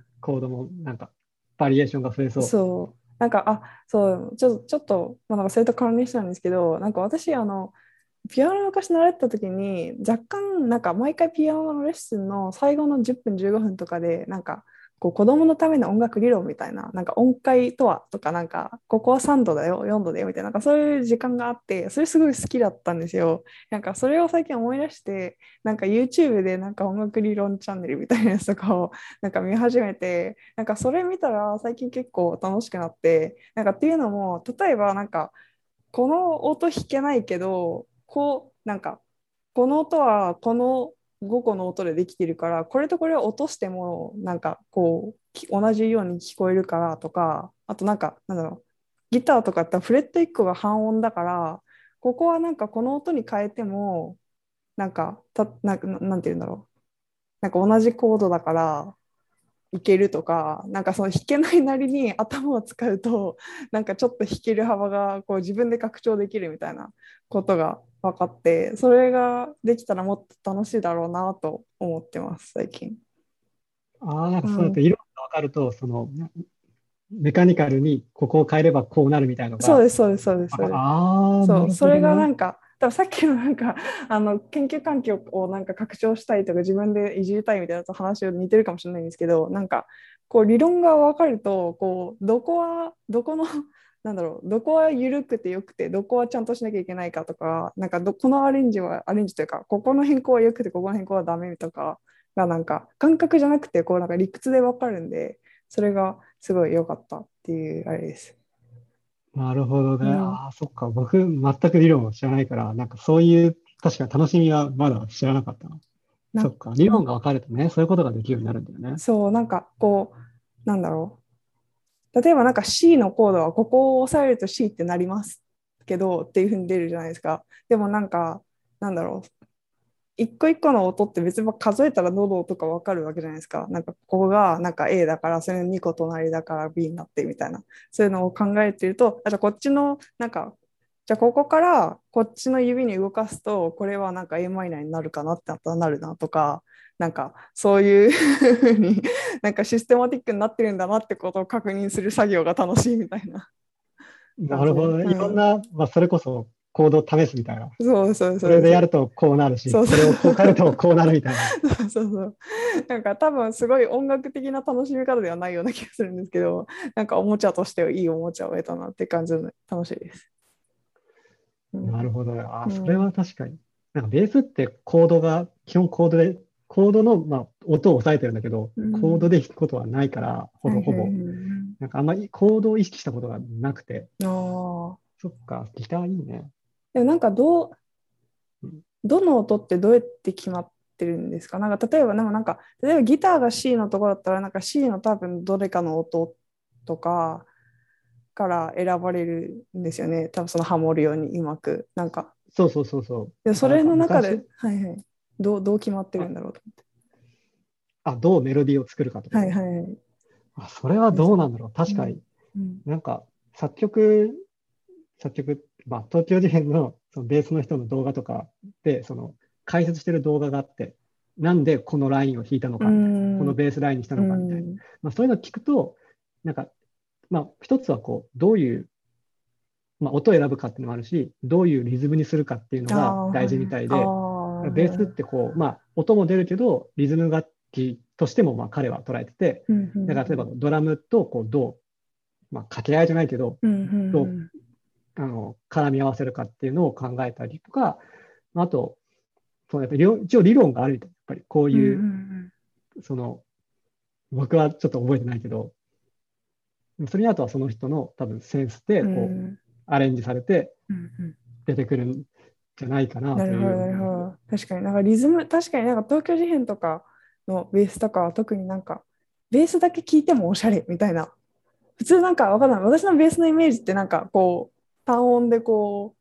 コードもなんか、バリエーションが増えそそう。なんか、あ、そう、ちょ、ちょっと、まあ、なんかそれと関連したんですけど、なんか私、あの、ピアノ昔習ってた時に、若干、なんか毎回ピアノのレッスンの最後のじゅっぷん、じゅうごふんとかで、なんか、こう子供のための音楽理論みたいな、なんか音階とはとか、なんか、ここはさんどだよ、よんどだよみたいな、なんかそういう時間があって、それすごい好きだったんですよ。なんかそれを最近思い出して、なんか YouTube でなんか音楽理論チャンネルみたいなやつとかをなんか見始めて、なんかそれ見たら最近結構楽しくなって、なんかっていうのも、例えばなんか、この音弾けないけど、こう、なんか、この音はこのごこの音でできてるから、これとこれを落としても、なんかこう、き同じように聞こえるからとか、あとなんか、なんだろう、ギターとかってフレットいっこが半音だから、ここはなんかこの音に変えても、なんか、た、なんか、なんて言うんだろう。なんか同じコードだからいけるとか、なんかその弾けないなりに頭を使うと、なんかちょっと弾ける幅がこう自分で拡張できるみたいなことが分かって、それができたらもっと楽しいだろうなと思ってます、最近。 う。ああ、なんかそうやってうん、 色が分かると、その、メカニカルにここを変えればこうなるみたいのが、 そうです、そうです、そうです、 あそうです。 あー、なそう、 るそれがなほどね。 んか、多分さっきのなんか、あの研究環境をなんか拡張したいとか自分でいじりたいみたいなと話を似てるかもしれないんですけど、なんかこう理論が分かると、こうどこはどこのなんだろう、どこは緩くてよくて、どこはちゃんとしなきゃいけないかとか、なんかどこのアレンジはアレンジというか、ここの変更はよくてここの変更はダメとかがなんか感覚じゃなくてこうなんか理屈で分かるんで、それがすごい良かったっていうあれです。 なるほどね。 うん。 ああ、そっか。僕、全く理論を知らないから、なんかそういう、確かに楽しみはまだ知らなかったな。 な、 そっか。理うん、 論が分かるとね、そういうことができるようになるんだよね。 そう、なんかこう、なんだろう。例えばなんか C のコードはここを押さえると C ってなりますけどっていうふうに出るじゃないですか。でもなんか、なんだろう。一個一個の音って別に数えたら喉とかわかるわけじゃないですか。なんかここがなんか A だからそれのにこ隣だから B になってみたいな。そういうのを考えてると、あ、じゃあこっちのなんか、じゃあここからこっちの指に動かすとこれはなんか a マイナーになるかなってなったらなるなとか、なんかそういうふうになんかシステマティックになってるんだなってことを確認する作業が楽しいみたいな感じで。 なるほどね。 うん。 いろんな、まあ、それこそコードを試すみたいな。 そうそうこれそうそう。 でやるとこうなるし、 そうそこれをこう変えるう。 とこうなるみたいな。 そうそうそう。なんか多分すごい音楽的な楽しみ方ではないような気がするんですけど、なんかおもちゃとしてはいいおもちゃを得たなって感じで楽しいです。うん。 なるほどね。ああ、それうん。 は確かに。なんかベースってコードが、基本コードで、コードの、まあ、音を抑えてるんだけど、 うん。 コードで弾くことはないから、ほはいはいはいぼほぼ。 はい。 なんかあんまりコードを意識したことがなくて、 ああ。 そっか、ギターいいね。 でもなんかどう、 うん、 どの音ってどうやって決まってるんですか？なんか例えば、でもなんか、例えばギターが C のところだったら、なんか C の多分どれかの音とかから選ばれるんですよね。多分そのハモるようにうまく。なんか、 そうそうそうそう。 で、それだからなんかの中で、 昔、 はいはい。どう、どう決まってるあ、 んだろうと思って。 あ、どうメロディーを作るかってこはいと？ はいはい。 あ、それはですね。 どうなんだろう。確かに。 うん。うん。 なんか、作曲、作曲、まあ、東京事変の、そのベースの人の動画とかで、その解説してる動画があって、なんでこのラインを弾いたのうかみたいな、こん。 のベースラインにしたうのかみたいな。 ん。 まあ、そういうのを聞くと、なんか、まあ、一つはこう、どういう、まあ、音を選ぶかっていうのもあるし、どういうリズムにするかっていうのああ、 が大事みはい。あたいで、 あ、 ベースってこう、まあ、音も出るけど、リズム楽器としてもまあ彼は捉えてて、 うん。うん。 だから例えばドラムとこうどう、まあ、掛け合いじゃないけど、 うん。うどうん。 あの絡み合わせるかっていうのを考えたりとか、あと、そうやっぱり一応理論があるみたいな、やっぱりこううん。ういう、 ん。 その、僕はちょっと覚えてないけど、それにあとはその人の多分センスでうん。 こううん。 アレンジされてうん。 出てくるんじゃないかなというなるほど、なるほ思うんだけど。 ど。確かになんかリズム、確かになんか東京事変とかのベースとかは特になんか、ベースだけ聴いてもおしゃれみたいな。普通なんかわかんない。私のベースのイメージってなんかこう、単音でこう、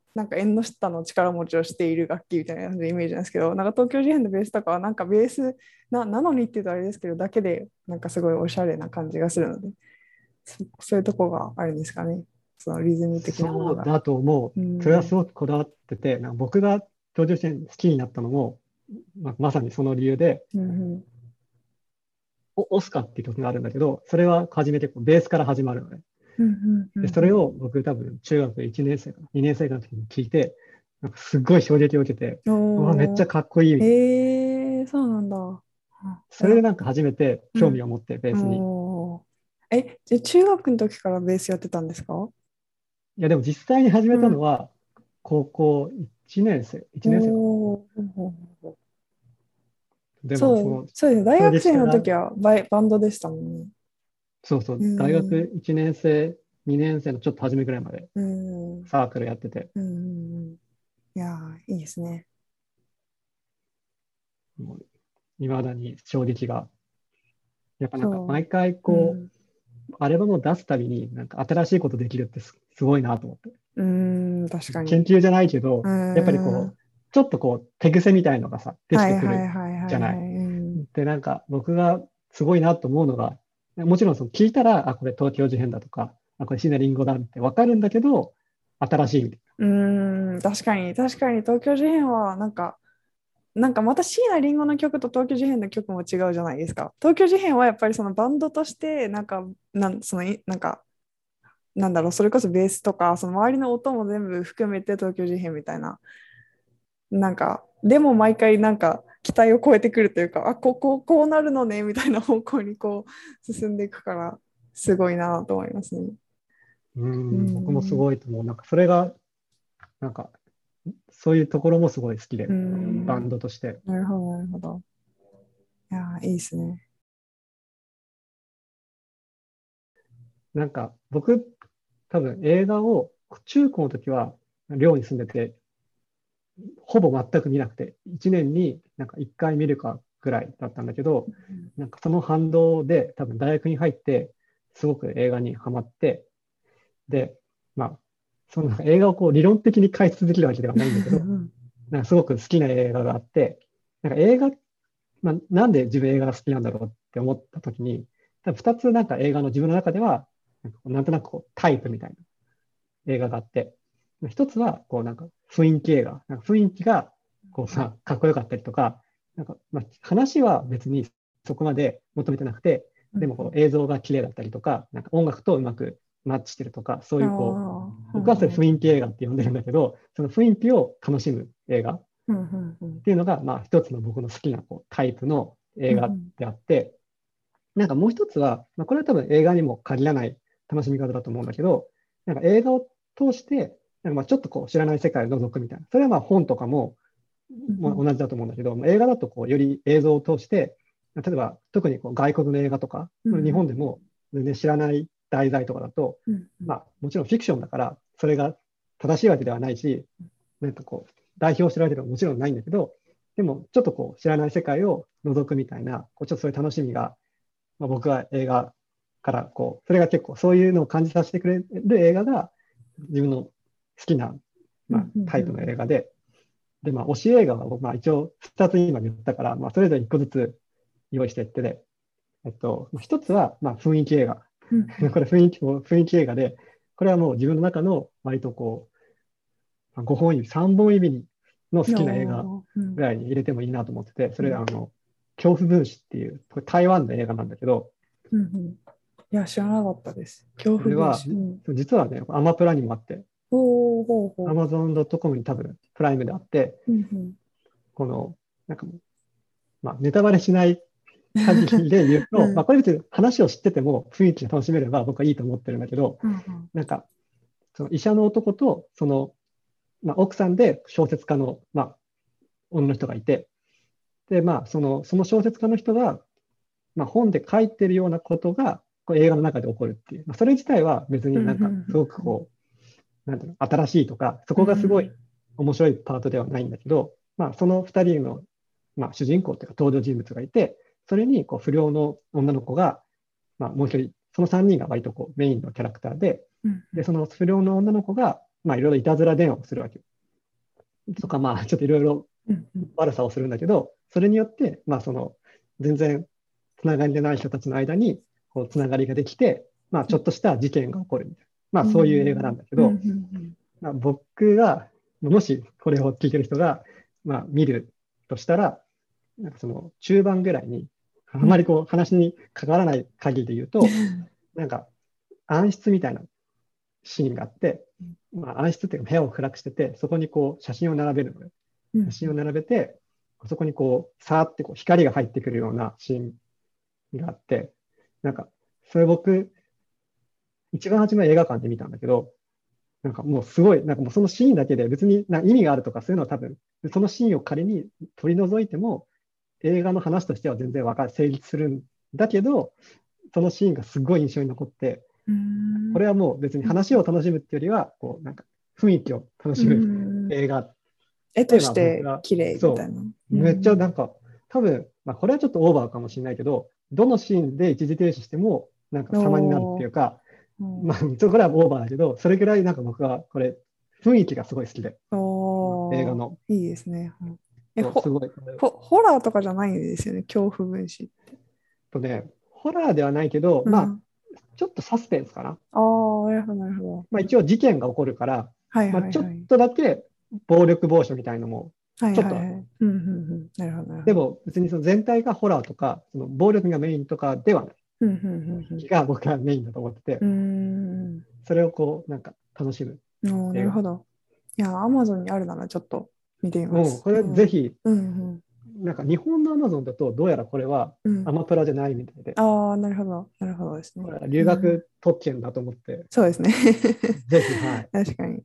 なんか縁の下の力持ちをしている楽器みたいなイメージなんですけど、なんか東京事変のベースとかはなんかベースな、なのにって言うとあれですけど、だけでなんかすごいおしゃれな感じがするので、そ、そういうとこがあるんですかね。そのリズム的なものが。 そうだと思う。 うん。 それはすごくこだわってて、なんか僕が東京事変好きになったのも、まあ、まさにその理由で、 うんおオスカっていう曲があるんだけど、それは初めてこうベースから始まるのね。 うんうんうで、 んうんそれを僕多分中学いちねん生かな、にねん生かの時に聞いて、なんかすっごい衝撃を受けて、 うん。 うわ、めっちゃおかっこいいみー、 たいな。 えー、そうなんだ。いや、 それでなんか初めて興味を持って、ベーうスに。 ん。おー、え、じゃあ中学の時からベースやってたんですか？ いや、でも実際に始めうん。 たのは、高校いちねん生、いちねん生かな。 おー、 でも、 そう、 そのそうですね。大衝学生撃から、 の時はバイ、バンドでしたもんね。 そうそう、 う大学ん。 いちねん生、にねん生のちょっと初めくらいまでうん。 サークルやってて、 うん。いやー、いいですね。 もう未だに衝撃が、やっぱなんかそ毎回う。うこん。 う、アルバムを出すたびに、なんか新しいことできるってす、すごいなと思って。 うん、確かに。 研究じゃないけうど、やっぱりん。はこう、ちょっとこう、手癖みたいのがさ、できいてくるはいはいじゃない。 はいはい。うん。 で、なんか僕がすごいなと思うのが、もちろんその聞いたら、あ、これ東京事変だとか、あ、これシナリンゴだってわかるんだけど、新しいみたいうん、確かに、確かに東京事変は、なんか、なんかまた椎名林檎の曲と東京事変の曲も違うじゃないですか。東京事変はやっぱりそのバンドとして、なんか、なんそのいなんかなんだろう、それこそベースとか、その周りの音も全部含めて東京事変みたいな、なんか、でも毎回なんか期待を超えてくるというか、あ、ここ、こうなるのね、みたいな方向にこう進んでいくから、すごいなと思いますね。 な。ううん、僕もすん、 ごいと思う。なんかそれが、なんか、そういうところもすごい好きうで、バん、 ンドとして。 なるほど、なるほど。いやー、いいですね。 なんか僕、多分映画を中高の時は寮に住んでて、ほぼ全く見なくて、いちねんになんかいっかい見るかぐらいだったんだけど、なんかその反動で多分大学に入って、すごく映画にハマって、で、まあ、その映画をこう理論的に解説できるわけではないんだけど、なんかすごく好きな映画があって、なんか映画、まあ、なんで自分映画が好きなんだろうって思った時に、多分ふたつなんか映画の自分の中では、なんかこうなんとなくこうタイプみたいな映画があって、一つはこうなんか雰囲気映画、なんか雰囲気がこうさ、かっこよかったりとか、なんかまあ話は別にそこまで求めてなくて、でもこう映像が綺麗だったりとか、なんか音楽とうまくマッチしてるとか、そうあいうこう、 あ、う僕はそれん雰囲気映画って呼んでるんだけど、その雰囲気を楽しむ映画っうんうんうんていうのが、まあ一つの僕の好きなこうタイプの映画うんであって、なんかもう一つは、まあ、これは多分映画にも限らない楽しみ方だと思うんだけど、なんか映画を通して、なんかまあちょっとこう知らない世界を覗くみたいな。それはまあ本とかも、まあ、 うん同じだと思うんだけど、まあ映画だとこうより映像を通して、例えば特にこう外国の映画とか、日うん本でも全然知らない題材とかだと、 うんうんまあもちろんフィクションだから、それが正しいわけではないし、なんかこう代表してるわけではもちろんないんだけど、でもちょっとこう知らない世界を覗くみたいな、こうちょっとそういう楽しみが、まあ、僕は映画からこう、それが結構そういうのを感じさせてくれる映画が自分の好きな、まあ、 うんうんタイプの映画で、で、まあ、推し映画は僕、まあ、一応ふたつ今言ったから、まあ、それぞれいっこずつ用意していってで、えっと、一つは、まあ、雰囲気映画。 うんうんこれ雰囲気も、雰囲気映画で、これはもう自分の中の割とこう、ごほん指、さんぼん指の好きな映画おーうんぐらいに入れてもいいなと思ってて、それうんはあの、恐怖分子っていう、これ台湾の映画なんだけど、 うんうん、いや、知らなかったです。恐これは、 怖分子。うん、 実はね、アマプラにもあって、 ほうほうほ Amazon ドットコム に多分プライムであって、 う。うんうんこの、なんか、まあ、ネタバレしない限りで言うと、まあ、 うんこれ別に話を知ってても雰囲気が楽しめれば僕はいいと思ってるんだけど、 うんうんなんか、その医者の男と、その、まあ、奥さんで小説家の、まあ、女の人がいて、で、まあ、その、その小説家の人が、まあ、本で書いてるようなことが、こう映画の中で起こるっていう、まあ、それ自体は別うんになんか、すごくこう、なんていうの、新しいとか、そこがすごい面白いパートではないんだけど、まあ、そのふたりの、まあ、主人公というか登場人物がいて、それにこう不良の女の子が、まあ、もう一人、そのさんにんが割とこうメインのキャラクターで、 うんで、その不良の女の子が、 まあいろいろいたずら電話をするわけとか、まあちょっといろいろうんうん悪さをするんだけど、それによって、まあその全然つながりでない人たちの間にこうつながりができて、まあちょっとした事件が起こるみたいな、まあそういう映画なんだけうんうんど、 うんまあ、僕が、もしこれを聞いてる人が、まあ見るとしたら、なんかその中盤ぐらいに、あうんまりこう話に関わらない限りで言うと、なんか暗室みたいなシーンがあって、まあ、暗室っていうか部屋を暗くしてて、そこにこう写真を並べるのよ。 うん写真を並べて、そこにこう、さーってこう光が入ってくるようなシーンがあって、なんか、それ僕、一番初めは映画館で見たんだけど、なんかもうすごい、なんかもうそのシーンだけで別にな意味があるとかそういうのは多分、そのシーンを仮に取り除いても、映画の話としては全然わかる、成立するんだけど、そのシーンがすごい印象に残って、 うんこれはもう別に話を楽しむっていうよりは、こう、なんか雰囲気を楽しむうん映画で、 絵としまあ僕ては、 綺麗みたいそな。 う、めっちゃなんか、多分、まあこれはちょっとオーバーかもしれないけど、どのシーンで一時停止しても、なんか様になるっておーいうか、 うんまあ、ちょっとこれはオーバーだけど、それぐらいなんか僕はこれ、雰囲気がすごい好きで、映画おーの、 いいですね。うんえ、 そうすほ、 ごい、これほ、ホラーとかじゃないんですよね、恐怖分子。 とね、ホラーではないけど、まあ、 うん。 ちょっとサスペンスかな。 ああ、なるほど、なるほど。 まあ一応事件が起こるから、 はいまあちょっはいはい。 とだけ暴力防止みたいのもはいちょっとある。 はいはい。うん、うん、うん。なるほど、なるほど。 でも別にその全体がホラーとか、その暴力がメインとかではない。 うん、うん、うん、 が僕はメインだと思ってて、 うん。うそれをこう、なんか楽しむーん。おーな映画。 るほど。いや、アマゾンにあるならちょっと見てみまもうす。 これうん。 ぜひ、 うん、 なんか日本のアマゾンだとどうやらこれはうん。うん。 アマプラじゃないみたいで、 ああ、なるほど。なるほどですね。 これは留うん。 学特権だと思って、 そうですね。 ぜひ、はい。 確かに。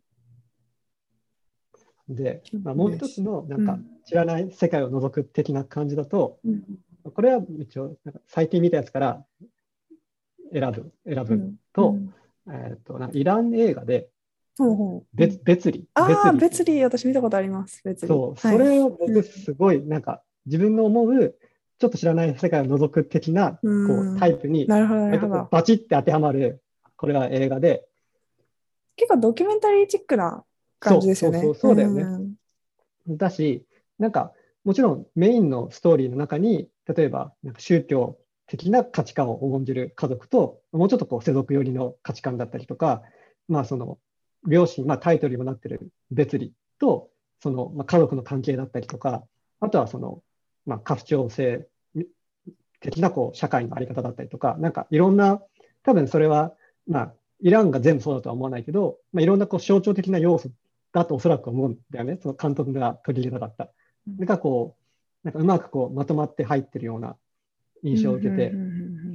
で、まあ、もう一つよし。 のなんかうん。 知らない世界を覗く的な感じだと、 うん。 これは一応なんか最近見たやつから選ぶ、選ぶうん。うと、 ん。 えっと、なんかイラン映画で、 ほうほう。う別、 ん。 別離、別ああ、 離っていう、 別離、私見たことあります。別離。 そう、そはい。 れを僕うすごいなんか自分の思うちょっと知らない世界を覗く的なこうん。うーん。 タイプになるほど、なる割とほど。 こうバチッて当てはまる、これは映画で、 結構ドキュメンタリーチックな感じそうそうそう、 ですよね。うそうだよね。 ん。 だし、なんか、もちろんメインのストーリーの中に、例えばなんか宗教的な価値観を重んじる家族と、もうちょっとこう世俗寄りの価値観だったりとか、まあその両親、まあタイトルにもなってる別離と、その、まあ、家族の関係だったりとか、あとはその、まあ家父長制的なこう社会のあり方だったりとか、なんかいろんな、多分それは、まあ、イランが全部そうだとは思わないけど、まあ、いろんなこう象徴的な要素だとおそらく思うんだよね、その監督が取り入れたかった。なんかこう、なんかうまくこうまとまって入ってるようなうん。 印象を受けて、 うん。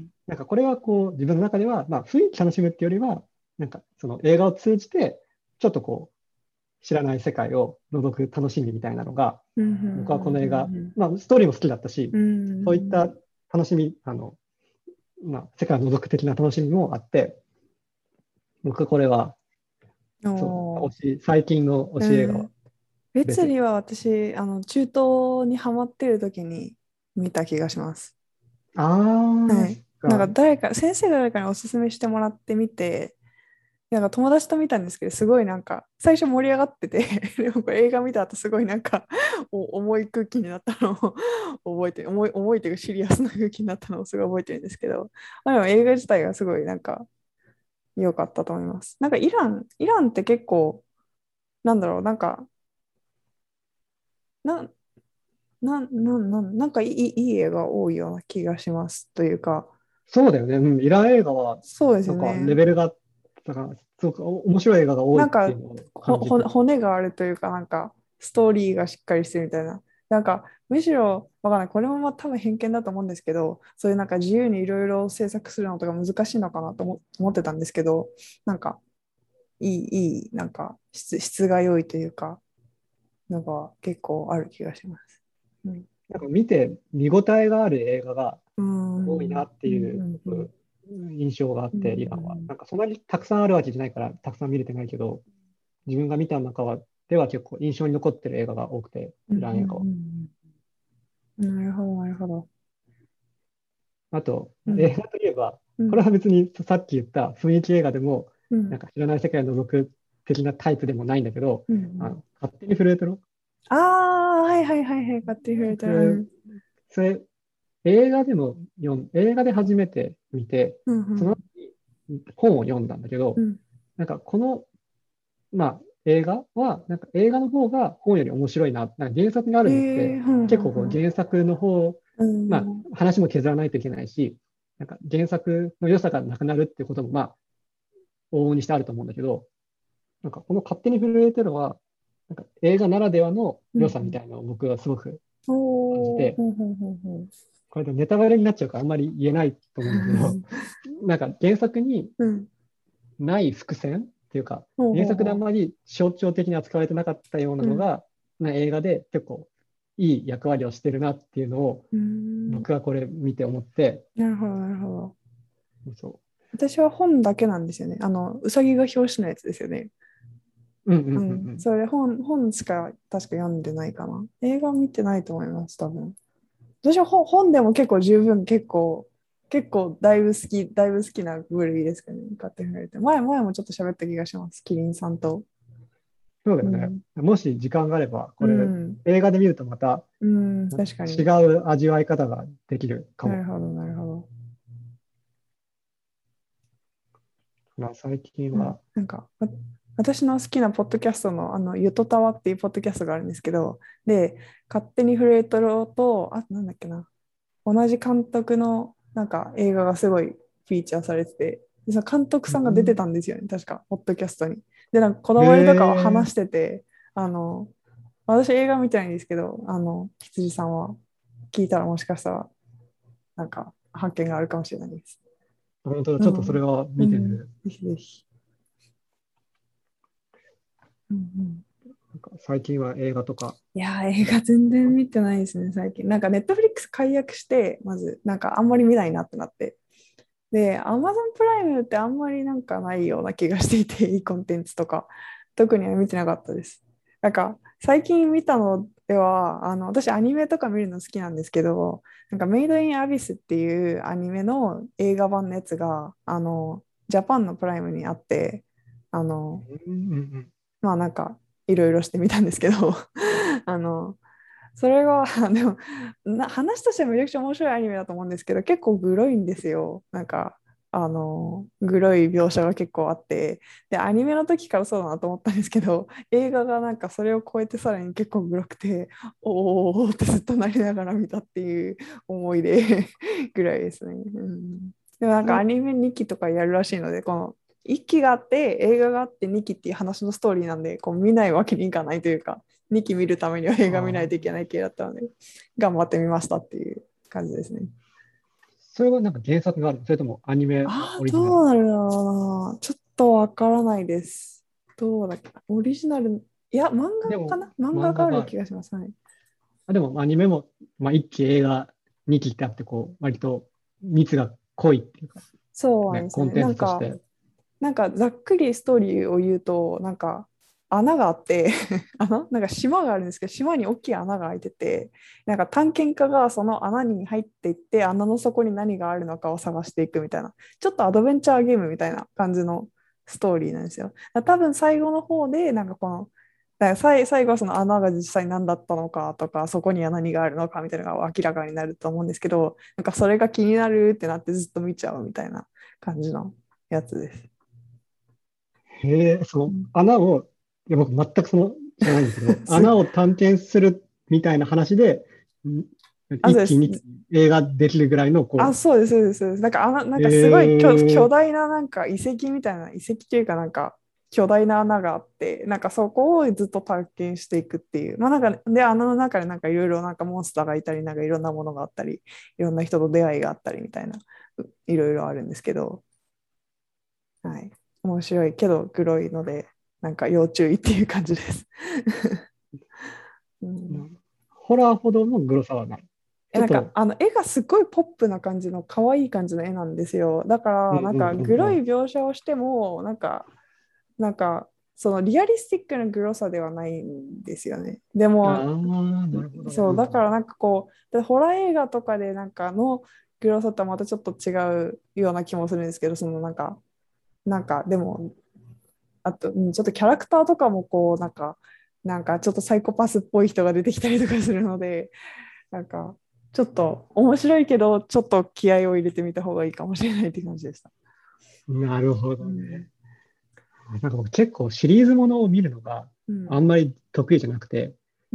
なんかこれはこう自分の中では、まあ、雰囲気楽しむっていうよりは、なんかその映画を通じて、ちょっとこう、知らない世界を覗く楽しみみたいなのが、 うん。う僕はこの映画、 ん。 まあ、ストーリーも好きだったし、 うん。 そういった楽しみ、あの、まあ、世界を覗く的な楽しみもあって、僕はこれは、そう、 おー。 推し、最近の推うし映画はん。別別に。 離は私、あの、中東にハマってる時に見た気がします。 ああ、 はい。 そっか。 なんか誰か、先生が誰かにおすすめしてもらってみて、なんか友達と見たんですけど、すごいなんか、最初盛り上がっててでもこれ映画見た後すごいなんかお重い空気になったのを覚えて、重い、重いというかシリアスな空気になったのをすごい覚えてるんですけど、まあ、でも映画自体がすごいなんか良かったと思います。なんかイラン、イランって結構、なんだろう、なんか、な、な、な、な、なんかいい、いい映画多いような気がしますというか、 そうだよね。うん、イラン映画は、 そうですなんかレよね。 ベルが、だから、すごくお面白い映画が多いなんかっていうのをほほ感じて。 骨があるというか、なんかストーリーがしっかりしてるみたいな。なんかむしろ、わかんない。これもまあ多分偏見だと思うんですけど、そういうなんか自由にいろいろ制作するのとか難しいのかなと思思ってたんですけど、なんかいい、いい、なんか質、質が良いというか、のが結構ある気がします。うん。 なんか見て見応えがある映画がうん。 多いなってうん。 いううん。 僕印象があっうて、イランは。 ん。 なんかそんなにたくさんあるわけじゃないから、たくさん見れてないけど、自分が見た中はでは結構印象に残ってる映画が多くて、 うん。 イラン映画は。 うん。うん。なるほど、なるほど。 あと、 うん。 映画といえば、 うん。 これは別にさっき言った雰囲気映画でも、 うん。 なんか知らない世界を覗く的なタイプでもないんだけど、 うん、 あの勝手に震えてろ。 ああ、はいはいはいはい、勝手に触れた。うでん。 それ、映画でも読ん、映画で初めて見て、 うんうその後んに本を読んだんだけど、 うん。 なんかこの、まあ、映画は、なんか映画の方が本より面白いな、なんか原作にあえるのって、 ー、うんう結構こうん原作の方、 うまん。 あ、話も削らないといけないし、なんか原作の良さがなくなるっていうことも、まあ、往々にしてあると思うんだけど、なんかこの勝手に震えてるのは、なんか映画ならではのうん。うんうん。 良さみたいなのを僕はすごく感じおー、 て、 ほんほんほんほん。 これでネタバレになっちゃうからあんまり言えないと思うんだけど、なんか原作にうん。 ない伏線っていうか、 ほう原ほうほ作であんまり象徴的に扱われてなかったようなう。うん。 のが、な映画で結構いい役割をしてるなっていうのをうーん。 僕はこれ見て思って、 なるほど、なるほど。 そ私は本だけなんですよね。あの、うさぎが表紙のやつですよね。 う。うんうんうん。 うんうん。 それ本、本しか確か読んでないかな。映画見てないと思います、多分。私は本、本でも結構十分、結構、結構だいぶ好き、だいぶ好きな部類ですかね。勝手に言われて。前、前もちょっと喋った気がします。キリンさんと。 そうだよね。 うん。 もし時間があれば、 うこれん。 映画で見るとまたうん。確か違に。 う味わい方ができるかも。 なるほど、なるほど。 まあ、最近うん。 は、 なんか、わ私の好きなポッドキャストの、あの、ゆとたわっていうポッドキャストがあるんですけど、で、勝手にフレートロと、あ、なんだっけな、同じ監督のなんか映画がすごいフィーチャーされてて、でその監督うさんが出てん、 たんですよね、確か、ポッドキャストに。で、なんかこだへわりとかを話え、 してて、あの、私映画見てないんですけど、あの、羊さんは聞いたらもしかしたら、なんか発見があるかもしれないです。 本当だ、ちょっとそれうん。 はうん。 見てみる。 ぜひぜひ。うんうん。 なんか最近は映画とか、 いやー、映画全然見てないですね、最近。なんか、ネットフリックス解約して、まず、なんか、あんまり見ないなってなって。で、アマゾンプライムってあんまりなんかないような気がしていて、いいコンテンツとか、特には見てなかったです。なんか、最近見たのでは、あの、私アニメとか見るの好きなんですけど、なんか、メイドインアビスっていうアニメの映画版のやつが、あの、ジャパンのプライムにあって、あの、 うんうんまあなんか、いろいろしてみたんですけど、あの、それが、でもな、話としてはめちゃくちゃ面白いアニメだと思うんですけど、結構グロいんですよ。なんか、あの、グロい描写が結構あって、で、アニメの時からそうだなと思ったんですけど、映画がなんかそれを超えてさらに結構グロくて、おーってずっとなりながら見たっていう思い出ぐらいですね。うん、でもなんかアうん。 ニメにきとかやるらしいので、このいっきがあって映画があってにきっていう話のストーリーなんで、こう見ないわけにいかないというか、にき見るためには映画見ないといけああ、 ない系だったので、頑張ってみましたっていう感じですね。 それはなんか原作があるの？それともアニメああ、 オリジナル？ どうなるだろうな。ちょっとわからないです。どうだっけな。オリジナル、いや、漫でも、 画かな漫画がある漫画がある。 気がします。はい。 あ、でもアニメも、まあ、いっき映画にきってあって、こう、割と密が濃いっていうか、ね、 そうなんですね。 コンテンなんか、 ツとして。 なんかざっくりストーリーを言うと、なんか穴があって穴なんか島があるんですけど、島に大きい穴が開いてて、なんか探検家がその穴に入っていって、穴の底に何があるのかを探していくみたいな、ちょっとアドベンチャーゲームみたいな感じのストーリーなんですよ。多分最後の方で、なんかこの、だから最最後はその穴が実際何だったのかとか、そこには何があるのかみたいなのが明らかになると思うんですけど、なんかそれが気になるってなってずっと見ちゃうみたいな感じのやつです。 へえ、そのうん。 穴を、いや僕全くその知らないんだけど、 す穴を探検するみたいな話で、んあ、そうです。 一気に映画できるぐらいの、 あ、 こそうです、そうです。そうです。なんか、あの、なう、 んかすごい巨、巨へえ、 大ななんか遺跡みたいな、遺跡というかなんか巨大な穴があって、なんかそこをずっと探検していくっていう。まあなんか、で、穴の中でなんかいろいろなんかモンスターがいたり、なんかいろんなものがあったり、いろんな人と出会いがあったりみたいな、ういろいろあるんですけど、はい。面白いけど、グロいので、なんか要注意っていう感じです。うん。 ホラーほどのグロさはない。 え、なんかちょっと、 あの絵がすごいポップな感じの可愛い感じの絵なんですよ。だかうんらなんかうんうんうん。 グロい描写をしてもなんかなんかそのリアリスティックなグロさではないんですよね。でもああ、なるほどね。 そうだからなんかこうでホラー映画とかでなんかのグロさとはまたちょっと違うような気もするんですけど、そのなんかなんかでもあと、うん、ちょっとキャラクターとかもこうなんかなんかちょっとサイコパスっぽい人が出てきたりとかするので、なんかちょっと面白いけどちょっと気合を入れてみた方がいいかもしれないって感じでした。 なるほうん、 どね。なんか僕結構シリーズものを見るのがうん、 あんまり得意じゃなくて、 うん、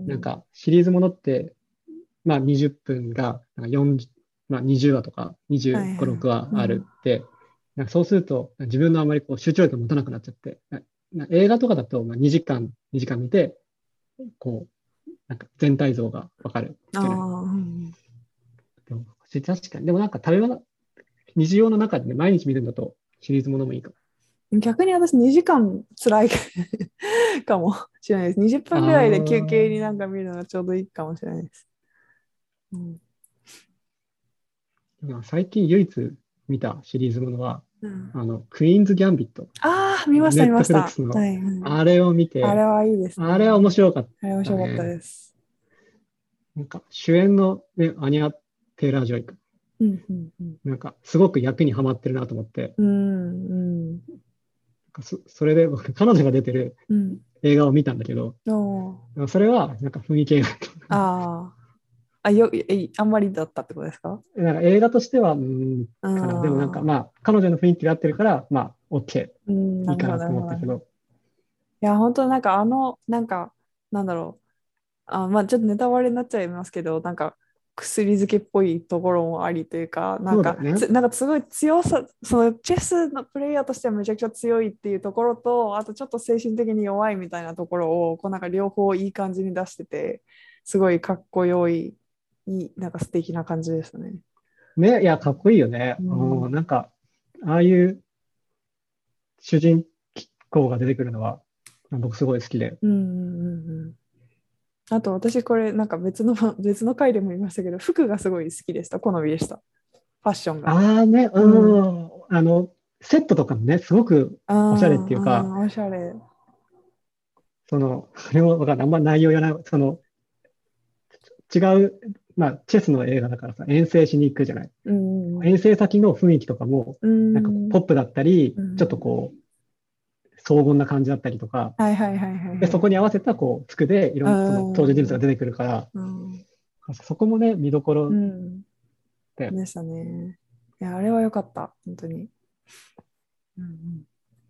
なんかシリーズものって、まあにじゅっぷんがなんかよんじゅう、まあにじゅうわとかはいにじゅうご、 はい、 ろくわあるうん、 って、なんかそうすると自分のあんまりこう集中力が持たなくなっちゃって、なな映画とかだとまあにじかん、にじかん見て、こう、なんか全体像がわかるああ、 じゃない。 うん、 でも確かに。でもなんか食べ物、日常の中でね、毎日見るんだとシリーズものもいいかも。 逆に私にじかんつらいかもしれないです。にじゅっぷんぐらいで休憩になんか見るのがちょうどいいかもしれないです。うん、 ああ、最近唯一見たシリーズものは、 うん、 あの、クイーンズ・ギャンビット。 ああ、見ました、 ネット見ました。 フレックスの、 はい、はい。 あれを見あれて、 はいいですあれは面ね。 白かっあれ面白かったたね。 です。 なんか主演の、ね、アニア・テイラー・ジョイ君、 うん、うん、うん。 なんかすごく役にはまってるなと思って、 うん、うん、 なんかそ、それで僕、彼女が出てるうん。 映画を見たんだけど、 おー、 それはなんか雰囲気映画。 ああ。あ、よ、え、あんまりだったってことですか？ なんか映画としては、うん、 うかな。でもなんかまん。 あ、彼女の雰囲気が合ってるから、まあ、OK、 うん、なるほど、 いいかなとなるほど。い思ったけど、 や、本当なんかあの、なんか、なんだろう。あ、まあ、ちょっとネタバレになっちゃいますけど、なんか、薬漬けっぽいところもありというか、なんか、 そうだよね。 つ、なんかすごい強さ、そのチェスのプレイヤーとしてはめちゃくちゃ強いっていうところと、あとちょっと精神的に弱いみたいなところを、こうなんか両方いい感じに出してて、すごいかっこよい、いい、なんか素敵な感じですね。 ね、いや、かっこいいよね。 うん。 うん、なんか、ああいう主人公が出てくるのは、僕すごい好きで。 うんうんうんうん。あと私これなんか別の別の回でも言いましたけど、服がすごい好きでした。好みでした。ファッションが。 ああね、 うん。 うん、あの、セットとかもね、すごくあおしゃれっていうあ、 か、 あーおしゃれ。 その、あれもわかんない。あんま内容言わない。その、違う、まあ、チェスの映画だからさ、遠征しに行くじゃない。 うん。 遠征先の雰囲気とかも、 うなんかん。 ポップだったり、ちょっとうん。 こう、荘厳な感じだったりとか、 はいはいはいはいで、 はい。 そこに合わせたこう服でいろうんなその登場人物がん。 出てくるから、 うん。 そこもね、見どころうん。 で、 でしたね。いや、あれは良かった。本当に。うんうん。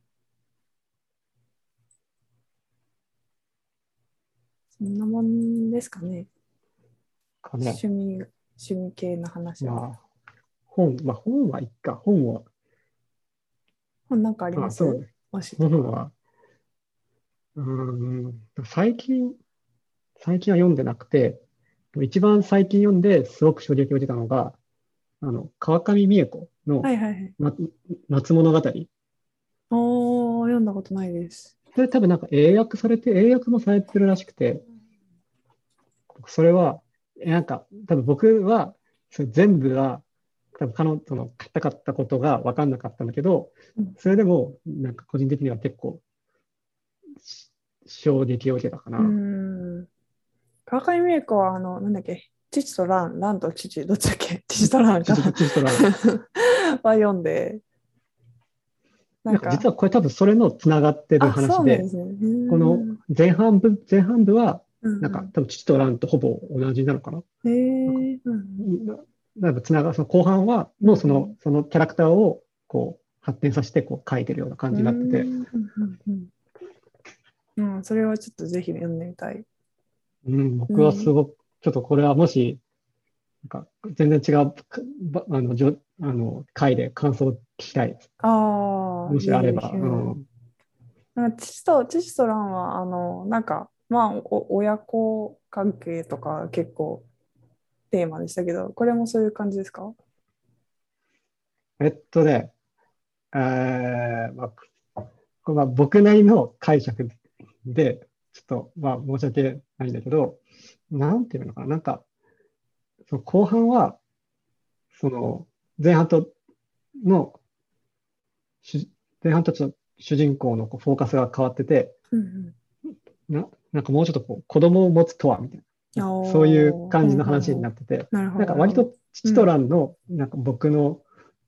そんなもんですかね。 かね、 趣味、趣味系の話は。 まあ、本、まあ本はいっか、本は、 本なんかありままあそうす？ ね、 推しとか。 本は、うーん、最近、最近は読んでなくて、一番最近読んですごく衝撃を受けたのが、あの、川上美恵子の、 はいはいはい。 ま、夏物語。 おー、読んだことないです。 それ多分なんか英訳されて、英訳もされてるらしくて、それは、えなんか多分僕は、それ全部は、多分彼女の書きたかったことが分かんなかったんだけど、 うんそれでも、なんか個人的には結構、し衝撃を受けたかうな。 ん。川上美恵子は、あの、なんだっけ、父と蘭、蘭と父、どっちだっけ、父と蘭かなちょっと、ちょっとな、 は読んで、ななんか実んか、 はこれ多分それのつながってるあ、そ話で、 うなんですね。うこのん。 前半部、前半部は、なんかうん多分父と蘭とほぼ同じなのかな。 うん。 なんか、 へえ、うん。 ななんかつなが、その後半は、 うんのその、そのキャラクターをこう発展させてこう書いてるような感うじになってて、 ん。うん。うんうんうん。うん、それはちょっとぜひ読んでみたい。 うん、僕はすうん。 ごく、ちょっとこれはもし、なんか全然違う、かばあの、じょ、あの、回で感想を聞きたいです。 ああ、 もしぜひぜひ。 あれば、うん。 なんか父と、父と蘭は、あの、なんか、まあ、お親子関係とか結構テーマでしたけど、これもそういう感じですか？ えっとね、えーまあ、これは僕なりの解釈で、ちょっと、まあ、申し訳ないんだけど、なんていうのかな、なんか、その後半は、その、前半との、主前半とちょっと主人公のこうフォーカスが変わってて、 うんな、なんかもうちょっとこう子供を持つとはみたいな、 うん。 なんかそういうおー、うんう感じの話にんうん。 なってて、 なるほど、 なんかなるほど。 割と父とうん。 蘭のなんか僕の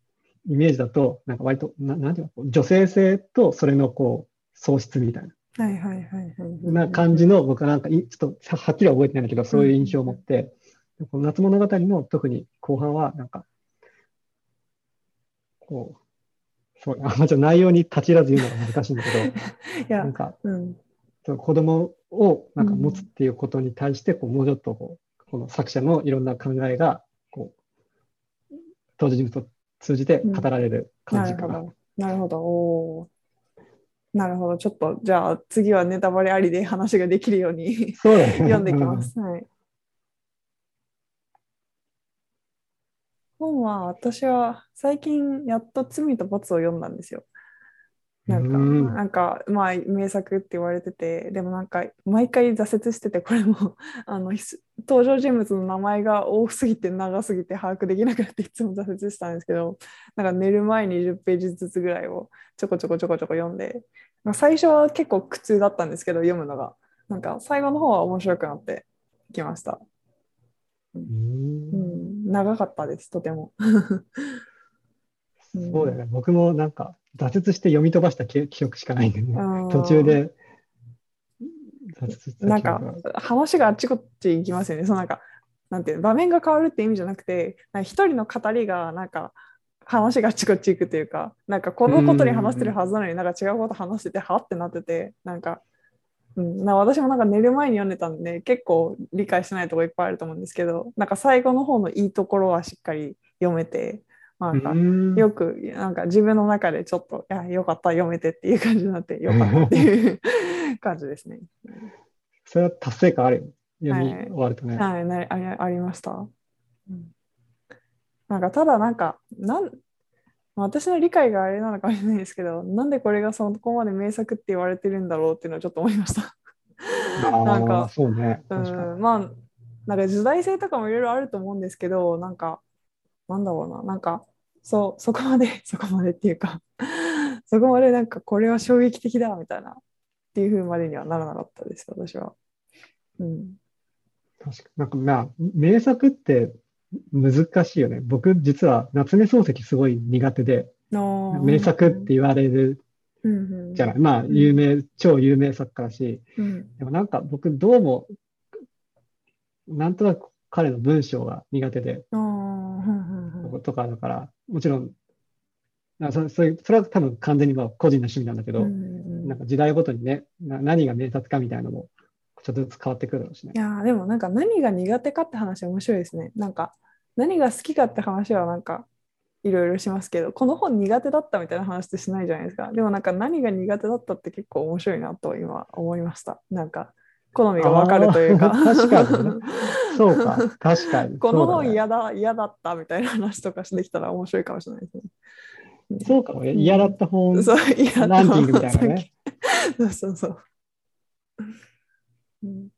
イメージだと、なんか割と、な、なんていうの、女性性とそれのこう、喪失みたいな。 はいはいはいはいはい。 な感じの、僕はなんかい、ちょっとはっきりは覚えてないんだけど、そういう印象を持うんって、この夏物語の特に後半は、なんか、こう、そう、あ、ちょっと内容に立ち入らず言うのが難しいんだけど、 いや、 なんか、 うん。 その子供をなんか持つっうん。 ていうことに対して、こうもうちょっとこう、この作者のいろんな考えが、こう、登場人物を通じてうん。 語られる感じかな。 なるほど。なるほど。おー、なるほど。ちょっと、じゃあ次はネタバレありで話ができるようにそうだね。 読んでいきうん。 ます。はい。本は私は最近やっと罪と罰を読んだんですよ。 うなんか、 ん。 なんか、まあ、名作って言われてて、でもなんか、毎回挫折してて、これもあの、ひす登場人物の名前が多すぎて、長すぎて把握できなくなって、いつも挫折したんですけど、なんか寝る前にじゅっページずつぐらいをちょこちょこちょこちょこ読んで、まあ、最初は結構苦痛だったんですけど、読むのが。なんか、最後の方は面白くなってきました。ううん、うん。 ん、長かったです、とても。うん、 そうだよね。僕もなんか挫折して読み飛ばした記記憶しかないんだよあね。途中ー、 で挫折したなんか記憶が。 話があっちこっち行きますよね。そのなんか、なんていうの、場面が変わるって意味じゃなくて、なんか一人の語りがなんか話があっちこっち行くというか、なんかこうのことに話してるん。 はずなのになんか違うこと話してて、はってなってて、なんか、うん、な私もなんか寝る前に読んでたんで、結構理解してないところいっぱいあると思うんですけど、なんか最後の方のいいところはしっかり読めて、まあなうんかん。 よくなんか自分の中でちょっと、いや、よかった読めてっていう感じになってよかったっていう感じですね。 それは達成感あるよね。読み終はい。 わるとね。 はい、なあり、ありました。うん、なんか、ただなんか、なん、私の理解があれなのかもしれないですけど、なんでこれがそこまで名作って言われてるんだろうっていうのはちょっと思いました。なんああ、 か、 そうね。 う確かに。 ん、まあ、なんか時代性とかもいろいろあると思うんですけど、なんか、なんだろうな、なんか、そう、そこまで、そこまでっていうかそこまでなんかこれは衝撃的だみたいなっていうふうまでにはならなかったです、私は。うん。 確かに。なんかまあ、名作って難しいよね。僕、実は夏目漱石すごい苦手で、 ああ、 名作って言われるうん、 じゃない。まあ、 うん、 有名、超有名作家だし、 うん、 でもなんか僕、どうも、なんとなく彼の文章が苦手で、 ああ、うん、うん、 とかだから、もちろん、あそそういう、それは多分完全にまあ個人の趣味なんだけうん、 ど、 うん。 なんか時代ごとにね、な何が名作かみたいなのも、ちょっとずつ変わってくるだろうしね。 いやー、でもなんか何が苦手かって話面白いですね。なんか何が好きかって話はなんかいろいろしますけど、この本苦手だったみたいな話ってしないじゃないですか。でもなんか何が苦手だったって結構面白いなと今思いました。なんか好みがわかるああ、 というか確かにね。そうか。確かに。 この本そうだね。 嫌だ、嫌だったみたいな話とかできたら面白いかもしれないですね。 そうかもね。 うん。 嫌だったうん、 本そう、嫌だったランキングみ本さっき。 たいなね。 そうそうそう。うん